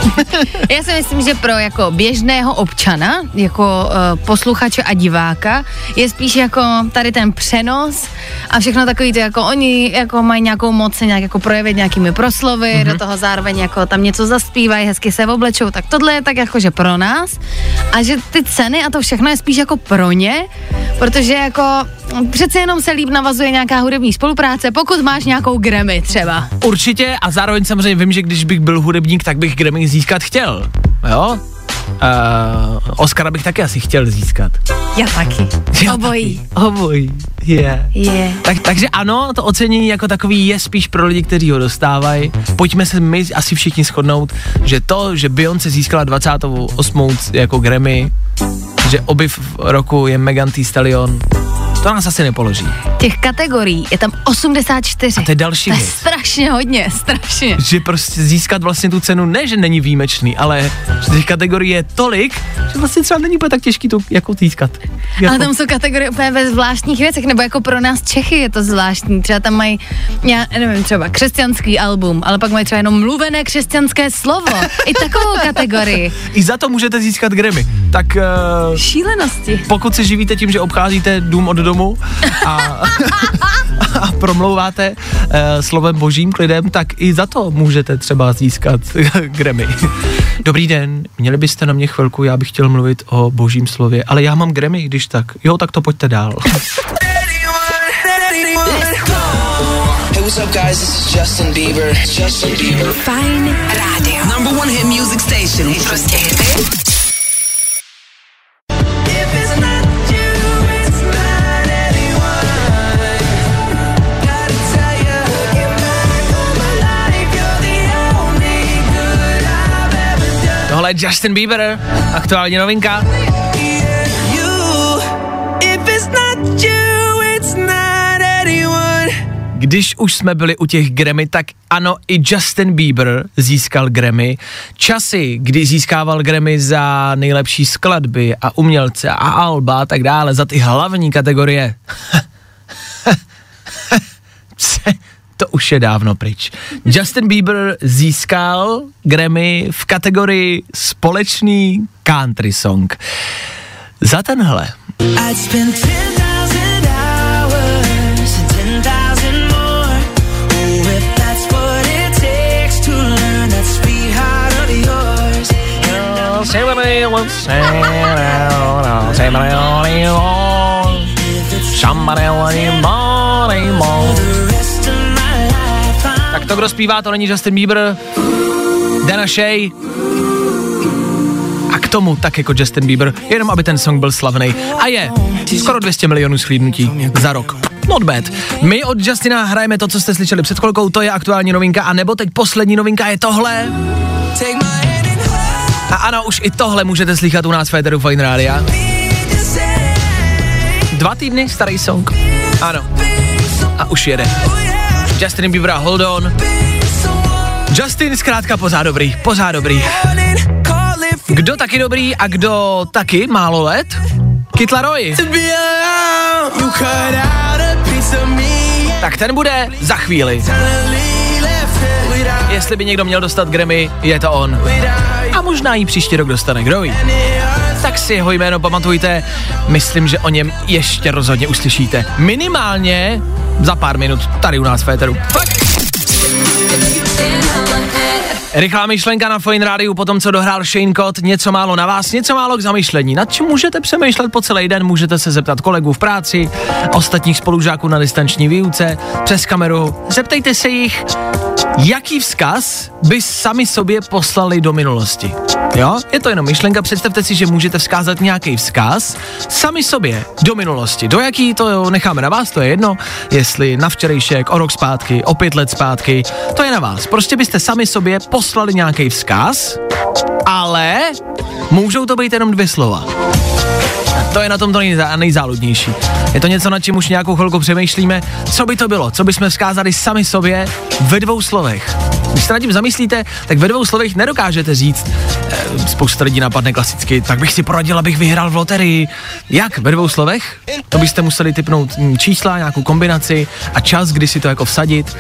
Já si myslím, že pro jako běžného občana, jako uh, posluchače a diváka, je spíš jako tady ten přenos a všechno takový to, jako oni jako mají nějakou moc se nějak jako projevit nějakými proslovy, mm-hmm. do toho zároveň jako tam něco zaspívají, hezky se oblečou, tak tohle je tak jako, že pro nás a že ty ceny a to všechno je spíš jako pro ně, protože jako přece jenom se líp navazuje nějaká hudební spolupráce, pokud máš nějakou Grammy třeba. Určitě a zároveň samozřejmě vím, že když bych byl hudebník, tak bych Grammy získat chtěl, jo? Uh, Oscara bych taky asi chtěl získat. Já taky. Já Obojí. Taky. Obojí. Yeah. Yeah. Tak, takže ano, to ocenění jako takový je spíš pro lidi, kteří ho dostávají. Pojďme se my asi všichni shodnout, že to, že Beyoncé získala dvacátou osmou jako Grammy, že objev roku je Megan Thee Stallion, to nás asi nepoloží. Těch kategorií je tam osmdesát čtyři. A to je další To je věc. strašně hodně, strašně. Že prostě získat vlastně tu cenu, ne, že není výjimečný, ale že těch kategorií je tolik, že vlastně třeba není úplně tak těžký tu jako získat. Jako... Ale tam jsou kategorie úplně ve zvláštních věcech, nebo jako pro nás Čechy je to zvláštní. Třeba tam mají, já nevím, třeba křesťanský album, ale pak mají třeba jenom mluvené křesťanské slovo. I takovou kategorii. I za to můžete získat Grammy. Tak uh, Šílenosti. pokud se živíte tím, že obcházíte dům od domu a, a promlouváte uh, slovem božím k lidem, tak i za to můžete třeba získat Grammy. Dobrý den, měli byste na mě chvilku, já bych chtěl mluvit o božím slově, ale já mám Grammy, když tak. Jo, tak to pojďte dál. Hey, what's up, guys? This is Justin Bieber. Justin Bieber. Fajn rádio. Number one hit music station. Prostě hity. Tohle je Justin Bieber, aktuální novinka. když už jsme byli u těch Grammy, tak ano, i Justin Bieber získal Grammy. Časy, kdy získával Grammy za nejlepší skladby a umělce a alba a tak dále, za ty hlavní kategorie. To už je dávno pryč. Justin Bieber získal Grammy v kategorii společný country song. Za tenhle. Tak to, kdo zpívá, to není Justin Bieber, Dana Shay. A k tomu tak jako Justin Bieber, jenom aby ten song byl slavnej. A je skoro dvě stě milionů shlídnutí za rok. Not bad. My od Justina hrajeme to, co jste slyšeli před chvilkou, to je aktuální novinka, a nebo teď poslední novinka je tohle. A ano, už i tohle můžete slychat u nás v éteru Fajn Rádia. Dva týdny starý song. Ano. A už jede. Justin Bieber, Hold On. Justin zkrátka pořád dobrý, pořád dobrý. Kdo taky dobrý a kdo taky málo let? Kid Laroi. Tak ten bude za chvíli. Jestli by někdo měl dostat Grammy, je to on. A možná jí příští rok dostane, kdo ví. Tak si jeho jméno pamatujte, myslím, že o něm ještě rozhodně uslyšíte. Minimálně za pár minut tady u nás v éteru. Fakt. Rychlá myšlenka na Fajn rádiu po tom, co dohrál Shane Cott, něco málo na vás, něco málo k zamyšlení. Nad čím můžete přemýšlet po celý den, můžete se zeptat kolegů v práci, ostatních spolužáků na distanční výuce, přes kameru. Zeptejte se jich, jaký vzkaz by sami sobě poslali do minulosti. Jo, je to jenom myšlenka, představte si, že můžete vzkázat nějaký vzkaz sami sobě do minulosti. Do jaký, to necháme na vás, to je jedno, jestli na včerejšek, o rok zpátky, o pět let zpátky, to je na vás. Prostě byste sami sobě poslali nějaký vzkaz, ale můžou to být jenom dvě slova. To je na tom to nejzá, nejzáludnější. Je to něco, nad čím už nějakou chvilku přemýšlíme, co by to bylo, co bychom vzkázali sami sobě ve dvou slovech. Když se nad tím zamyslíte, tak ve dvou slovech nedokážete říct, e, spousta lidí napadne klasicky, tak bych si poradil, abych vyhrál v loterii. Jak? Ve dvou slovech? To byste museli tipnout čísla, nějakou kombinaci a čas, kdy si to jako vsadit.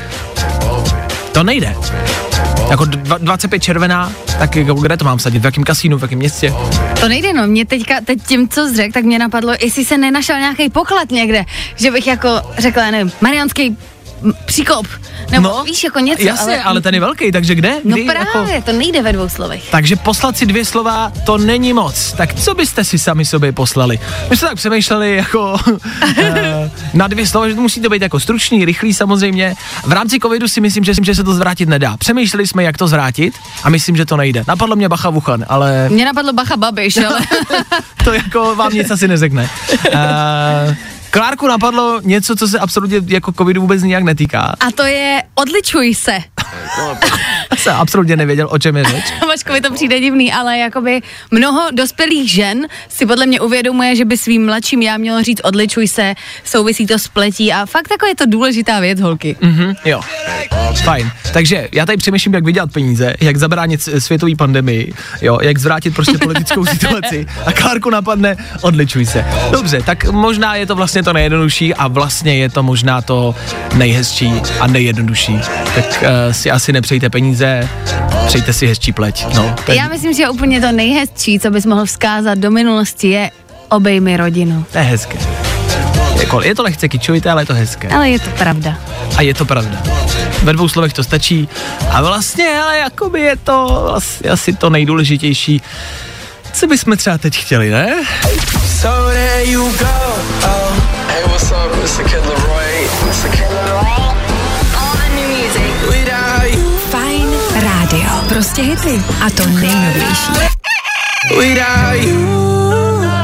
To nejde. Jako dvacet pět červená, tak jako kde to mám vsadit, v jakém kasínu, v jakém městě? To nejde, no, mě teďka, teď tím, co jsi řekl, tak mě napadlo, jestli se nenašel nějaký poklad někde, že bych jako řekla, já nevím, Mariánský příkop, nebo no, víš, jako něco. Jasně, ale, ale ten je velký, takže kde? No Kdy, právě, jako... to nejde ve dvou slovech. Takže poslat si dvě slova, to není moc. Tak co byste si sami sobě poslali? My jsme tak přemýšleli jako uh, na dvě slova, že to musí to být jako stručný, rychlý samozřejmě. V rámci covidu si myslím, že, že se to zvrátit nedá. Přemýšleli jsme, jak to zvrátit a myslím, že to nejde. Napadlo mě Bacha Vuchan, ale... Mně napadlo Bacha Babiš, ale... To jako vám nic asi neřekne. Uh, Klárku napadlo něco, co se absolutně jako covidu vůbec nijak netýká. A to je odličuj se. Jsem absolutně nevěděl, o čem je řeč. Vaškovi to přijde divný, ale jakoby mnoho dospělých žen si podle mě uvědomuje, že by svým mladším já mělo říct odličuj se, souvisí to s pletí a fakt jako je to důležitá věc, holky. Mhm, jo. Fajn. Takže já tady přemýšlím, jak vydělat peníze, jak zabránit světové pandemii, jo, jak zvrátit prostě politickou situaci a Klárku napadne odličuj se. Dobře, tak možná je to vlastně to nejjednodušší a vlastně je to možná to nejhezčí a nejjednodušší. Tak uh, si asi nepřejte peníze, přejte si hezčí pleť. No, ten... Já myslím, že úplně to nejhezčí, co bys mohl vzkázat do minulosti, je obejmi rodinu. To je hezké. Jako, je to lehce kyčovité, ale je to hezké. Ale je to pravda. A je to pravda. Ve dvou slovech to stačí a vlastně, ale jakoby je to vlastně asi to nejdůležitější, co bychom třeba teď chtěli, ne? So there you go. Oh. Hey, what's up? It's the Kid Laroi. It's the Kid Laroi. All the new music. Without you. Fajn rádio. Prostě hity. A to nejnovější. Without you.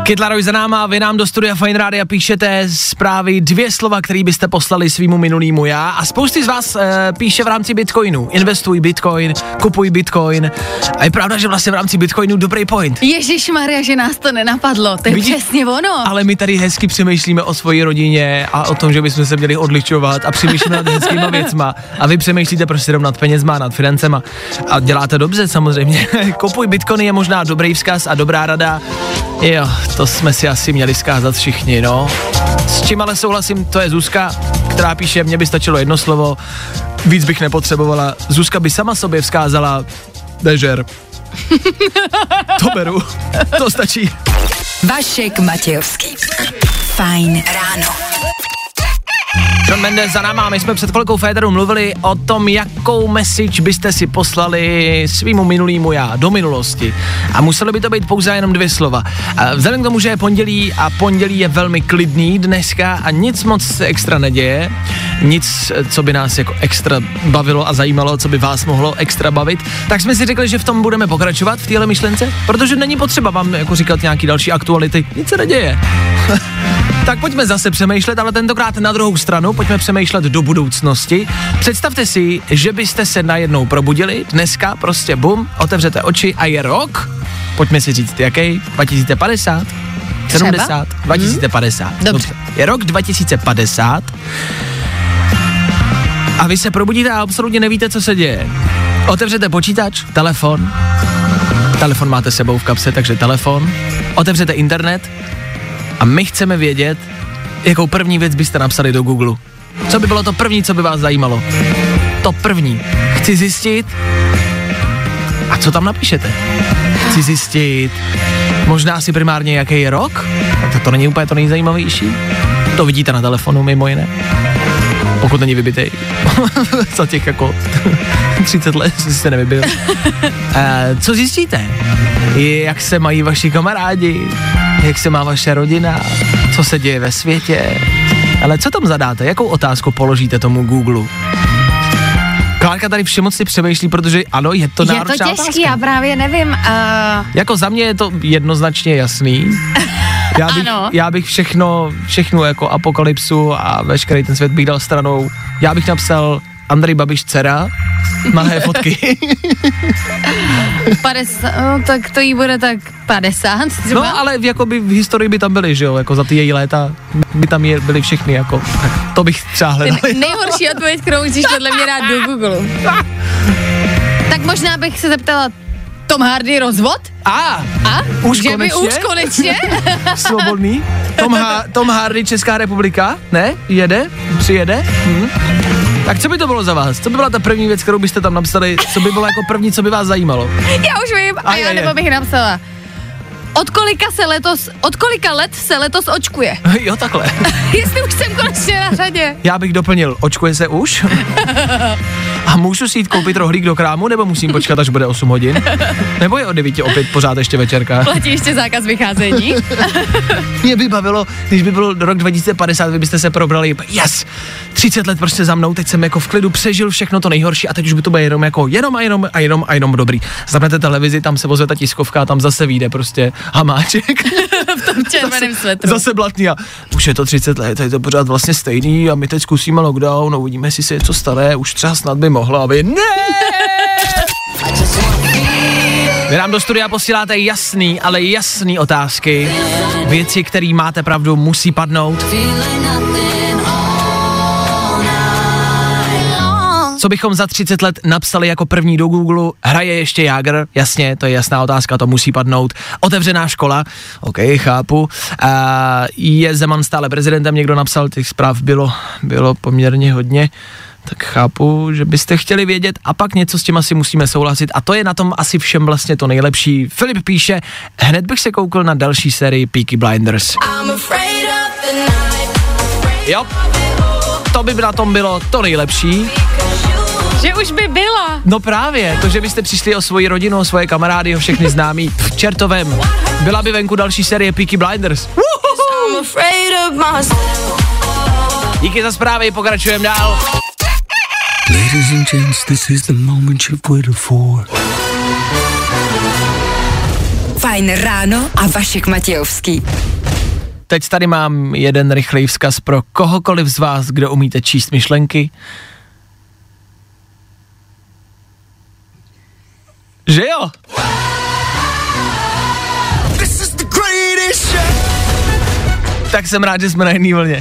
Kid Laroi za náma, vy nám do studia Fine Rádia píšete zprávy dvě slova, který byste poslali svýmu minulýmu já a spousty z vás e, píše v rámci Bitcoinu. Investuj Bitcoin, kupuj Bitcoin a je pravda, že vlastně v rámci Bitcoinu dobrý point. Ježišmarja, že nás to nenapadlo, to je Vidí? přesně ono. Ale my tady hezky přemýšlíme o svojí rodině a o tom, že bychom se měli odlišovat a přemýšlíme nad hezkýma věcma a vy přemýšlíte prostě jenom nad penězma, nad financema a děláte dobře samozřejmě. Kupuj Bitcoin je možná dobrý vzkaz a dobrá rada. Jo, to jsme si asi měli zkázat všichni, no. S čím ale souhlasím, to je Zuzka, která píše, mně by stačilo jedno slovo, víc bych nepotřebovala. Zuzka by sama sobě vzkázala nežer. To beru, to stačí. Vašek Matějovský. Fajn ráno. Shawn Mendes za náma, my jsme před chvilkou Féteru mluvili o tom, jakou message byste si poslali svýmu minulýmu já do minulosti. A muselo by to být pouze jenom dvě slova. A vzhledem k tomu, že je pondělí a pondělí je velmi klidný dneska a nic moc se extra neděje, nic, co by nás jako extra bavilo a zajímalo, co by vás mohlo extra bavit, tak jsme si řekli, že v tom budeme pokračovat v téhle myšlence, protože není potřeba vám jako říkat nějaký další aktuality, nic se neděje. Tak pojďme zase přemýšlet, ale tentokrát na druhou stranu, pojďme přemýšlet do budoucnosti. Představte si, že byste se najednou probudili, dneska prostě bum, otevřete oči a je rok, pojďme si říct, jaký? dva tisíce padesát? sedmdesát? dva tisíce padesát. Hmm. Dobře. Je rok dva tisíce padesát a vy se probudíte a absolutně nevíte, co se děje. Otevřete počítač, telefon, telefon máte sebou v kapse, takže telefon, otevřete internet, a my chceme vědět, jakou první věc byste napsali do Google. Co by bylo to první, co by vás zajímalo? To první. Chci zjistit. A co tam napíšete? Chci zjistit. Možná si primárně, jaký je rok? To, to není úplně to nejzajímavější. To vidíte na telefonu mimo jiné. Pokud není vybitej. Za těch jako třicet let jste nevybil. E, co zjistíte? Jak se mají vaši kamarádi? Jak se má vaše rodina? Co se děje ve světě? Ale co tam zadáte? Jakou otázku položíte tomu Google? Klárka tady všemocně přemýšlí, protože ano, je to náročná otázka. Je to těžký, já právě nevím. Uh... Jako za mě je to jednoznačně jasný. Já bych, já bych všechno, všechno jako apokalypsu a veškerý ten svět bych dal stranou. Já bych napsal Andrej Babiš dcera, malé fotky. padesát, no, tak to jí bude tak padesát třeba. No, ale jakoby v historii by tam byly, že jo, jako za ty její léta by tam je, byly všechny, jako, tak to bych třeba hledal. Nejhorší odpověď, kterou musíš podle mě dát do Google. Tak možná bych se zeptala, Tom Hardy rozvod? A, A? už že konečně? by už konečně? Svobodný. Tom, ha- Tom Hardy, Česká republika, ne? Jede? Přijede? Hm. Tak co by to bylo za vás? Co by byla ta první věc, kterou byste tam napsali? Co by bylo jako první, co by vás zajímalo? Já už vím, a, a já nebo bych napsala. Od kolika se letos, od kolika let se letos očkuje? Jo, takhle. Jestli už jsem konečně na řadě. Já bych doplnil, očkuje se už? A můžu si jít koupit rohlík do krámu, nebo musím počkat, až bude osm hodin? Nebo je o devíti opět pořád ještě večerka? Platí ještě zákaz vycházení? Mě by bavilo, když by byl rok dva tisíce padesát, vy byste se probrali, yes, třicet let prostě za mnou, teď jsem jako v klidu přežil všechno to nejhorší a teď už by to bylo jenom jako jenom a jenom a jenom a jenom dobrý. Zapnete televizi, tam se vozve ta tiskovka a tam zase vyjde prostě Hamáček. V tom červeném svetru. Zase blatný a už je to třicet let, je to pořád vlastně stejný a my teď zkusíme lockdown, no, uvidíme, jestli se něco stane, už třeba snad by mohla, aby ne. Vy nám do studia posíláte jasný, ale jasný otázky. Věci, které máte pravdu, musí padnout. Co bychom za třicet let napsali jako první do Google? Hraje ještě Jágr? Jasně, to je jasná otázka, to musí padnout. Otevřená škola? OK, chápu. A je Zeman stále prezidentem? Někdo napsal, těch zpráv bylo, bylo poměrně hodně. Tak chápu, že byste chtěli vědět a pak něco s tím asi musíme souhlasit a to je na tom asi všem vlastně to nejlepší. Filip píše, hned bych se koukl na další sérii Peaky Blinders. Jo, to by na tom bylo to nejlepší. Že už by byla. No právě, to, že byste přišli o svoji rodinu, o svoje kamarády, o všechny známí, v čertovém. Byla by venku další série Peaky Blinders. Díky za zprávy, pokračujeme dál. Ladies and gents, this is the moment you've waited for. Fajn Fajn ráno a Vašek Matějovský. Teď tady mám jeden rychlej vzkaz pro kohokoliv z vás, kdo umíte číst myšlenky. Že jo? Tak jsem rád, že jsme na jedné vlně.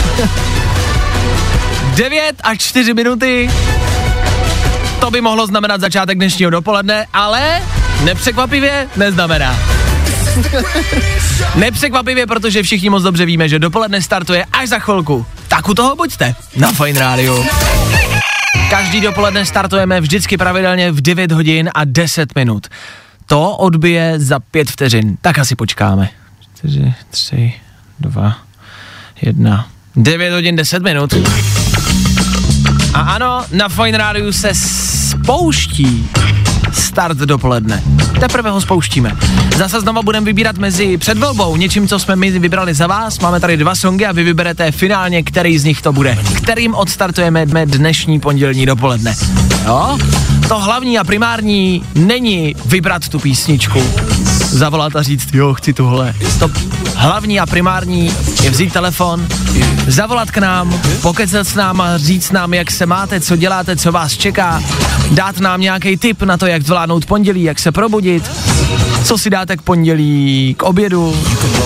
devět a čtyři minuty. To by mohlo znamenat začátek dnešního dopoledne, ale nepřekvapivě neznamená. Nepřekvapivě, protože všichni moc dobře víme, že dopoledne startuje až za chvilku. Tak u toho buďte na Fajn rádiu. Každý dopoledne startujeme vždycky pravidelně v devět hodin a deset minut. To odbije za pět vteřin. Tak asi počkáme. čtyři, tři, dva, jedna. devět hodin deset minut. A ano, na Fajn rádiu se spouští start dopoledne. Teprve ho spouštíme. Zase znova budeme vybírat mezi předvolbou, něčím, co jsme my vybrali za vás. Máme tady dva songy a vy vyberete finálně, který z nich to bude. Kterým odstartujeme dnešní pondělní dopoledne. Jo? To hlavní a primární není vybrat tu písničku, zavolat a říct, jo, chci tuhle. To hlavní a primární je vzít telefon, zavolat k nám, pokecat s náma, říct nám, jak se máte, co děláte, co vás čeká, dát nám nějaký tip na to, jak zvládnout pondělí, jak se probudit, co si dáte k pondělí, k obědu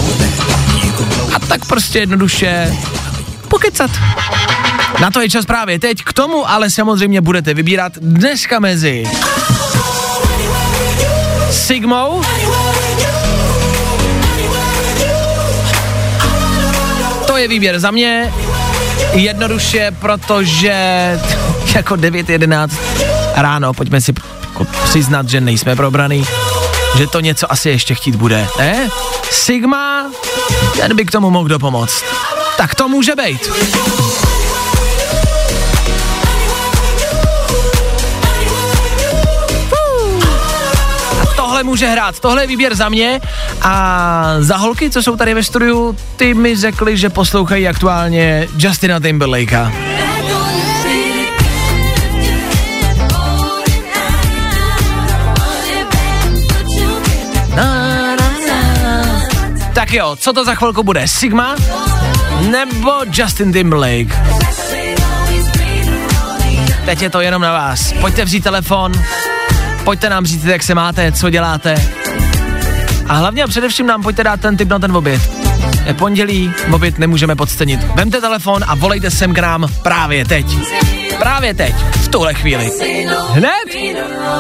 a tak prostě jednoduše pokecat. Na to je čas právě teď, k tomu ale samozřejmě budete vybírat dneska mezi Sigmou to je výběr za mě, jednoduše, protože jako devět jedenáct ráno, pojďme si jako přiznat, že nejsme probraný, že to něco asi ještě chtít bude, ne? Sigma, ten by k tomu mohl dopomoct. Tak to může být. Tohle může hrát, tohle je výběr za mě a za holky, co jsou tady ve studiu, ty mi řekli, že poslouchají aktuálně Justina Timberlakea. Na, na, na. Tak jo, co to za chvilku bude? Sigma nebo Justin Timberlake? Teď je to jenom na vás. Pojďte vzít telefon, pojďte nám říct, jak se máte, co děláte. A hlavně a především nám pojďte dát ten tip na ten oběd. Je pondělí, oběd nemůžeme podcenit. Vemte telefon a volejte sem k nám právě teď. Právě teď, v tuhle chvíli. Hned?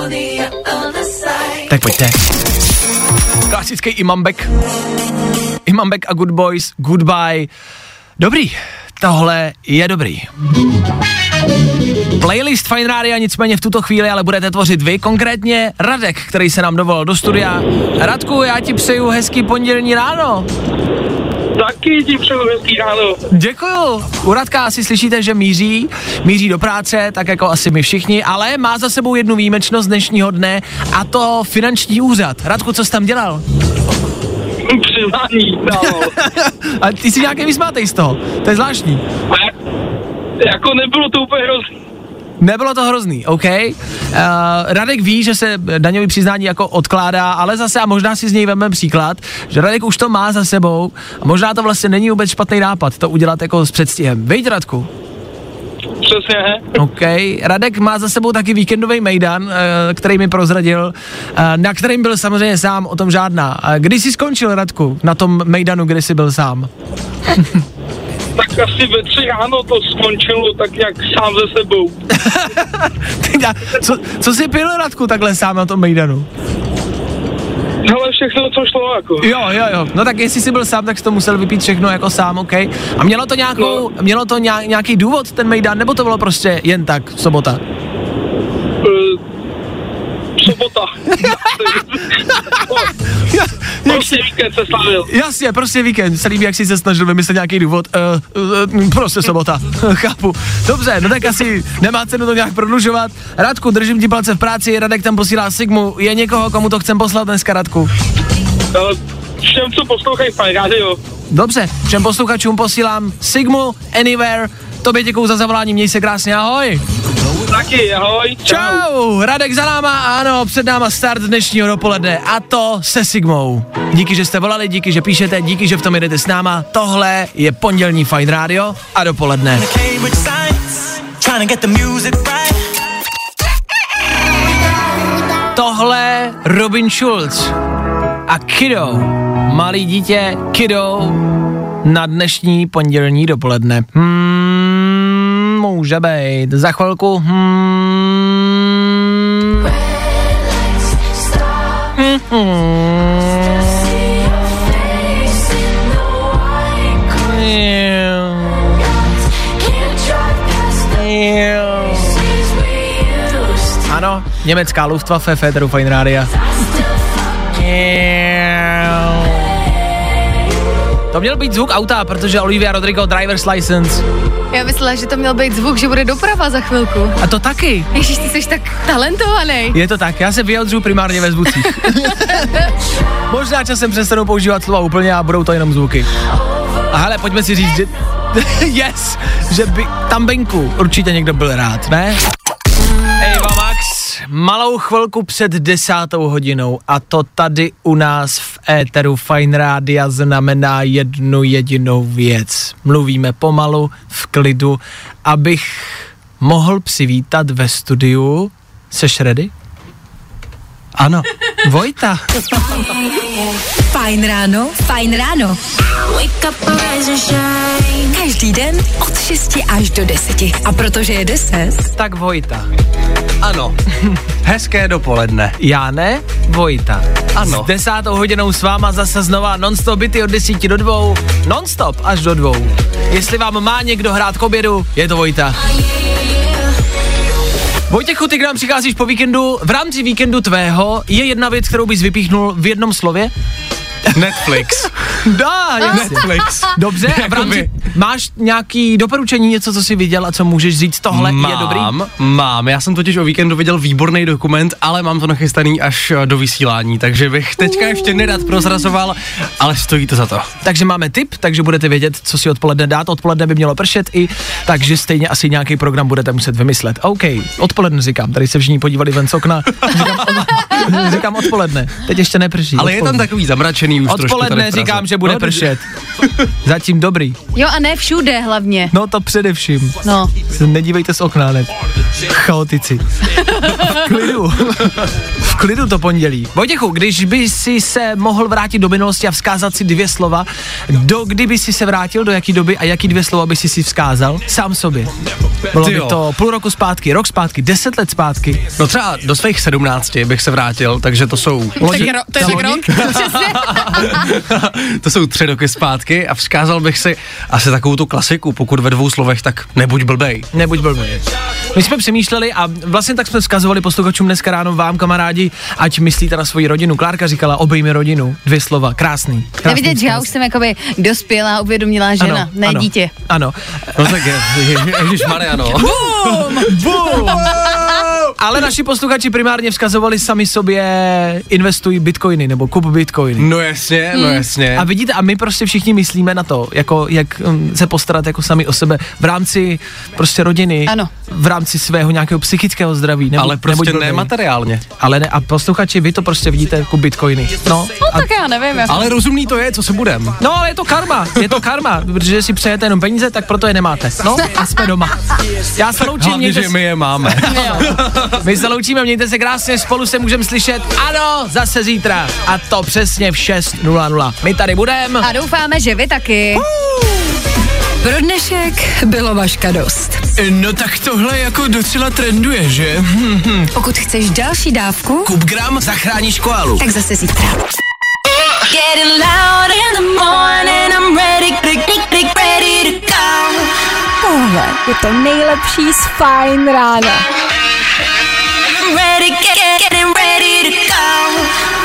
Tak pojďte. Klasický Imambek. Imambek a Good Boys, Goodbye. Dobrý, tohle je dobrý. Playlist Fajn rádia nicméně v tuto chvíli ale budete tvořit vy, konkrétně Radek, který se nám dovolal do studia. Radku, já ti přeju hezký pondělní ráno. Taky ti přeju hezký ráno. Děkuju. U Radka asi slyšíte, že míří, míří do práce, tak jako asi my všichni, ale má za sebou jednu výjimečnost dnešního dne a to finanční úřad. Radku, co jsi tam dělal? Přiznání, no. A ty si nějaký vysmátej z toho, to je zvláštní. Jako nebylo to úplně hrozný. Nebylo to hrozný, OK. Uh, Radek ví, že se daňový přiznání jako odkládá, ale zase a možná si z něj veme příklad, že Radek už to má za sebou a možná to vlastně není vůbec špatný nápad to udělat jako s předstihem. Viď, Radku? Přesně. OK. Radek má za sebou taky víkendový mejdan, uh, který mi prozradil, uh, na kterým byl samozřejmě sám, o tom žádná. Uh, kdy jsi skončil, Radku, na tom mejdanu, kdy jsi byl sám? Tak asi ve tři ráno to skončilo tak nějak sám ze sebou. co, co jsi pil, Radku, takhle sám na tom mejdanu? Hele, všechno, co šlo, jako. Jo, jo, jo. No tak jestli jsi byl sám, tak jsi to musel vypít všechno jako sám, OK. A mělo to nějakou, no. mělo to nějak, nějaký důvod, ten mejdan, nebo to bylo prostě jen tak, sobota? Uh, sobota. Prostě víkend se slavil. Jasně, prostě víkend. Se líbí, jak jsi se snažil vymyslet nějaký důvod. Uh, uh, prostě sobota. Chápu. Dobře, no tak asi nemá cenu to nějak prodlužovat. Radku, držím ti palce v práci, Radek tam posílá Sigmu. Je někoho, komu to chcem poslat dneska, Radku? Uh, všem, co poslouchají Fajn rádio. Dobře, všem posluchačům posílám Sigmu Anywhere. Tobě děkuju za zavolání, měj se krásně, ahoj. Taky, ahoj. Čau, Radek za náma, ano, před náma start dnešního dopoledne a to se Sigmou. Díky, že jste volali, díky, že píšete, díky, že v tom jdete s náma. Tohle je pondělní Fajn rádio a dopoledne. Tohle Robin Schulz a Kiddo, malý dítě Kiddo na dnešní pondělní dopoledne. Hmm, může být. Za chvilku. Hmm. Hmm. Ano, německá Luftwaffe, Féteru Fajn rádia. To měl být zvuk auta, protože Olivia Rodrigo Driver's License. Já myslela, že to měl být zvuk, že bude doprava za chvilku. A to taky. Ježíš, ty jsi tak talentovaný. Je to tak, já se vyjadřuju primárně ve zvucích. Možná časem přestanu používat slova úplně a budou to jenom zvuky. A hele, pojďme si říct, že yes, že by tam venku určitě někdo byl rád, ne? Eva Max, malou chvilku před desátou hodinou a to tady u nás v éteru Fajn rádia znamená jednu jedinou věc. Mluvíme pomalu, v klidu, abych mohl přivítat ve studiu. Seš ready? Ano, Vojta. Fajn ráno, fajn ráno. Každý den od šesti až do deseti. A protože je deset, tak Vojta. Ano, hezké dopoledne. Já ne, Vojta. Ano. S desátou hodinou s váma zase znova non-stop byty od desíti do dvou, non-stop až do dvou. Jestli vám má někdo hrát k obědu, je to Vojta. Vojtěchu, ty k nám přicházíš po víkendu, v rámci víkendu tvého je jedna věc, kterou bys vypíchnul v jednom slově? Netflix. Dá, Netflix. Dobře, a v rámci, máš nějaký doporučení, něco, co jsi viděl a co můžeš říct, tohle mám, je dobrý? Mám, já jsem totiž o víkendu viděl výborný dokument, ale mám to nachystaný až do vysílání, takže bych teďka uh. ještě nerad prozrazoval, ale stojí to za to. Takže máme tip, takže budete vědět, co si odpoledne dát, odpoledne by mělo pršet i, takže stejně asi nějaký program budete muset vymyslet. OK, odpoledne říkám, tady se všichni podívali ven z okna, říkám, od, říkám odpoledne, teď ještě neprší. Ale odpoledne. Je tam takový zamračený už odpoledne říkám, že bude no, pršet. Zatím dobrý. Jo a ne všude hlavně. No to především. No. Nedívejte z okna, ne? Chaotici. V klidu. V klidu to pondělí. Vojtěchu, když by si se mohl vrátit do minulosti a vzkázat si dvě slova, do kdy by si se vrátil, do jaký doby a jaký dvě slova by si si vzkázal sám sobě? Bylo by to půl roku zpátky, rok zpátky, deset let zpátky. No třeba do svých sedmnácti bych se vrátil, takže to jsou... Lodi, ro- to je tak rok? To jsou tři roky zpátky a vzkázal bych si asi takovou tu klasiku, pokud ve dvou slovech, tak nebuď blbej. Nebuď blbej. My jsme přemýšleli a vlastně tak jsme vzkazovali posluchačům dneska ráno vám, kamarádi, ať myslíte na svoji rodinu. Klárka říkala, obejmi rodinu, dvě slova, krásný. krásný Nevidět, že já už jsem jakoby dospělá, uvědomilá žena, ano, ne ano, dítě. Ano. No tak je, ježišmarja, no. Boom! Boom! Ale naši posluchači primárně vzkazovali sami sobě, investuj bitcoiny nebo kup bitcoiny. No jasně, no jasně. A vidíte, a my prostě všichni myslíme na to, jako jak um, se postarat jako sami o sebe v rámci prostě rodiny, ano. v rámci svého nějakého psychického zdraví. Nebo, ale prostě ne materiálně. Ale ne, a posluchači, vy to prostě vidíte jako bitcoiny. No, no a, tak já nevím. Jako. Ale rozumný to je, co se budem. No ale je to karma, je to karma, protože si přejete jenom peníze, tak proto je nemáte. No a jsme doma. Já se loučím. Hlavně, že my je máme. My se loučíme, mějte se krásně, spolu se můžeme slyšet, ano, zase zítra. A to přesně v šest nula nula. My tady budeme. A doufáme, že vy taky. Uh. Pro dnešek bylo Vaška dost. No tak tohle jako docela trenduje, že? Pokud chceš další dávku, kup gram, zachráníš koalu. Tak zase zítra. Tohle je to nejlepší z Fajn rána. Ready, get, getting ready to go.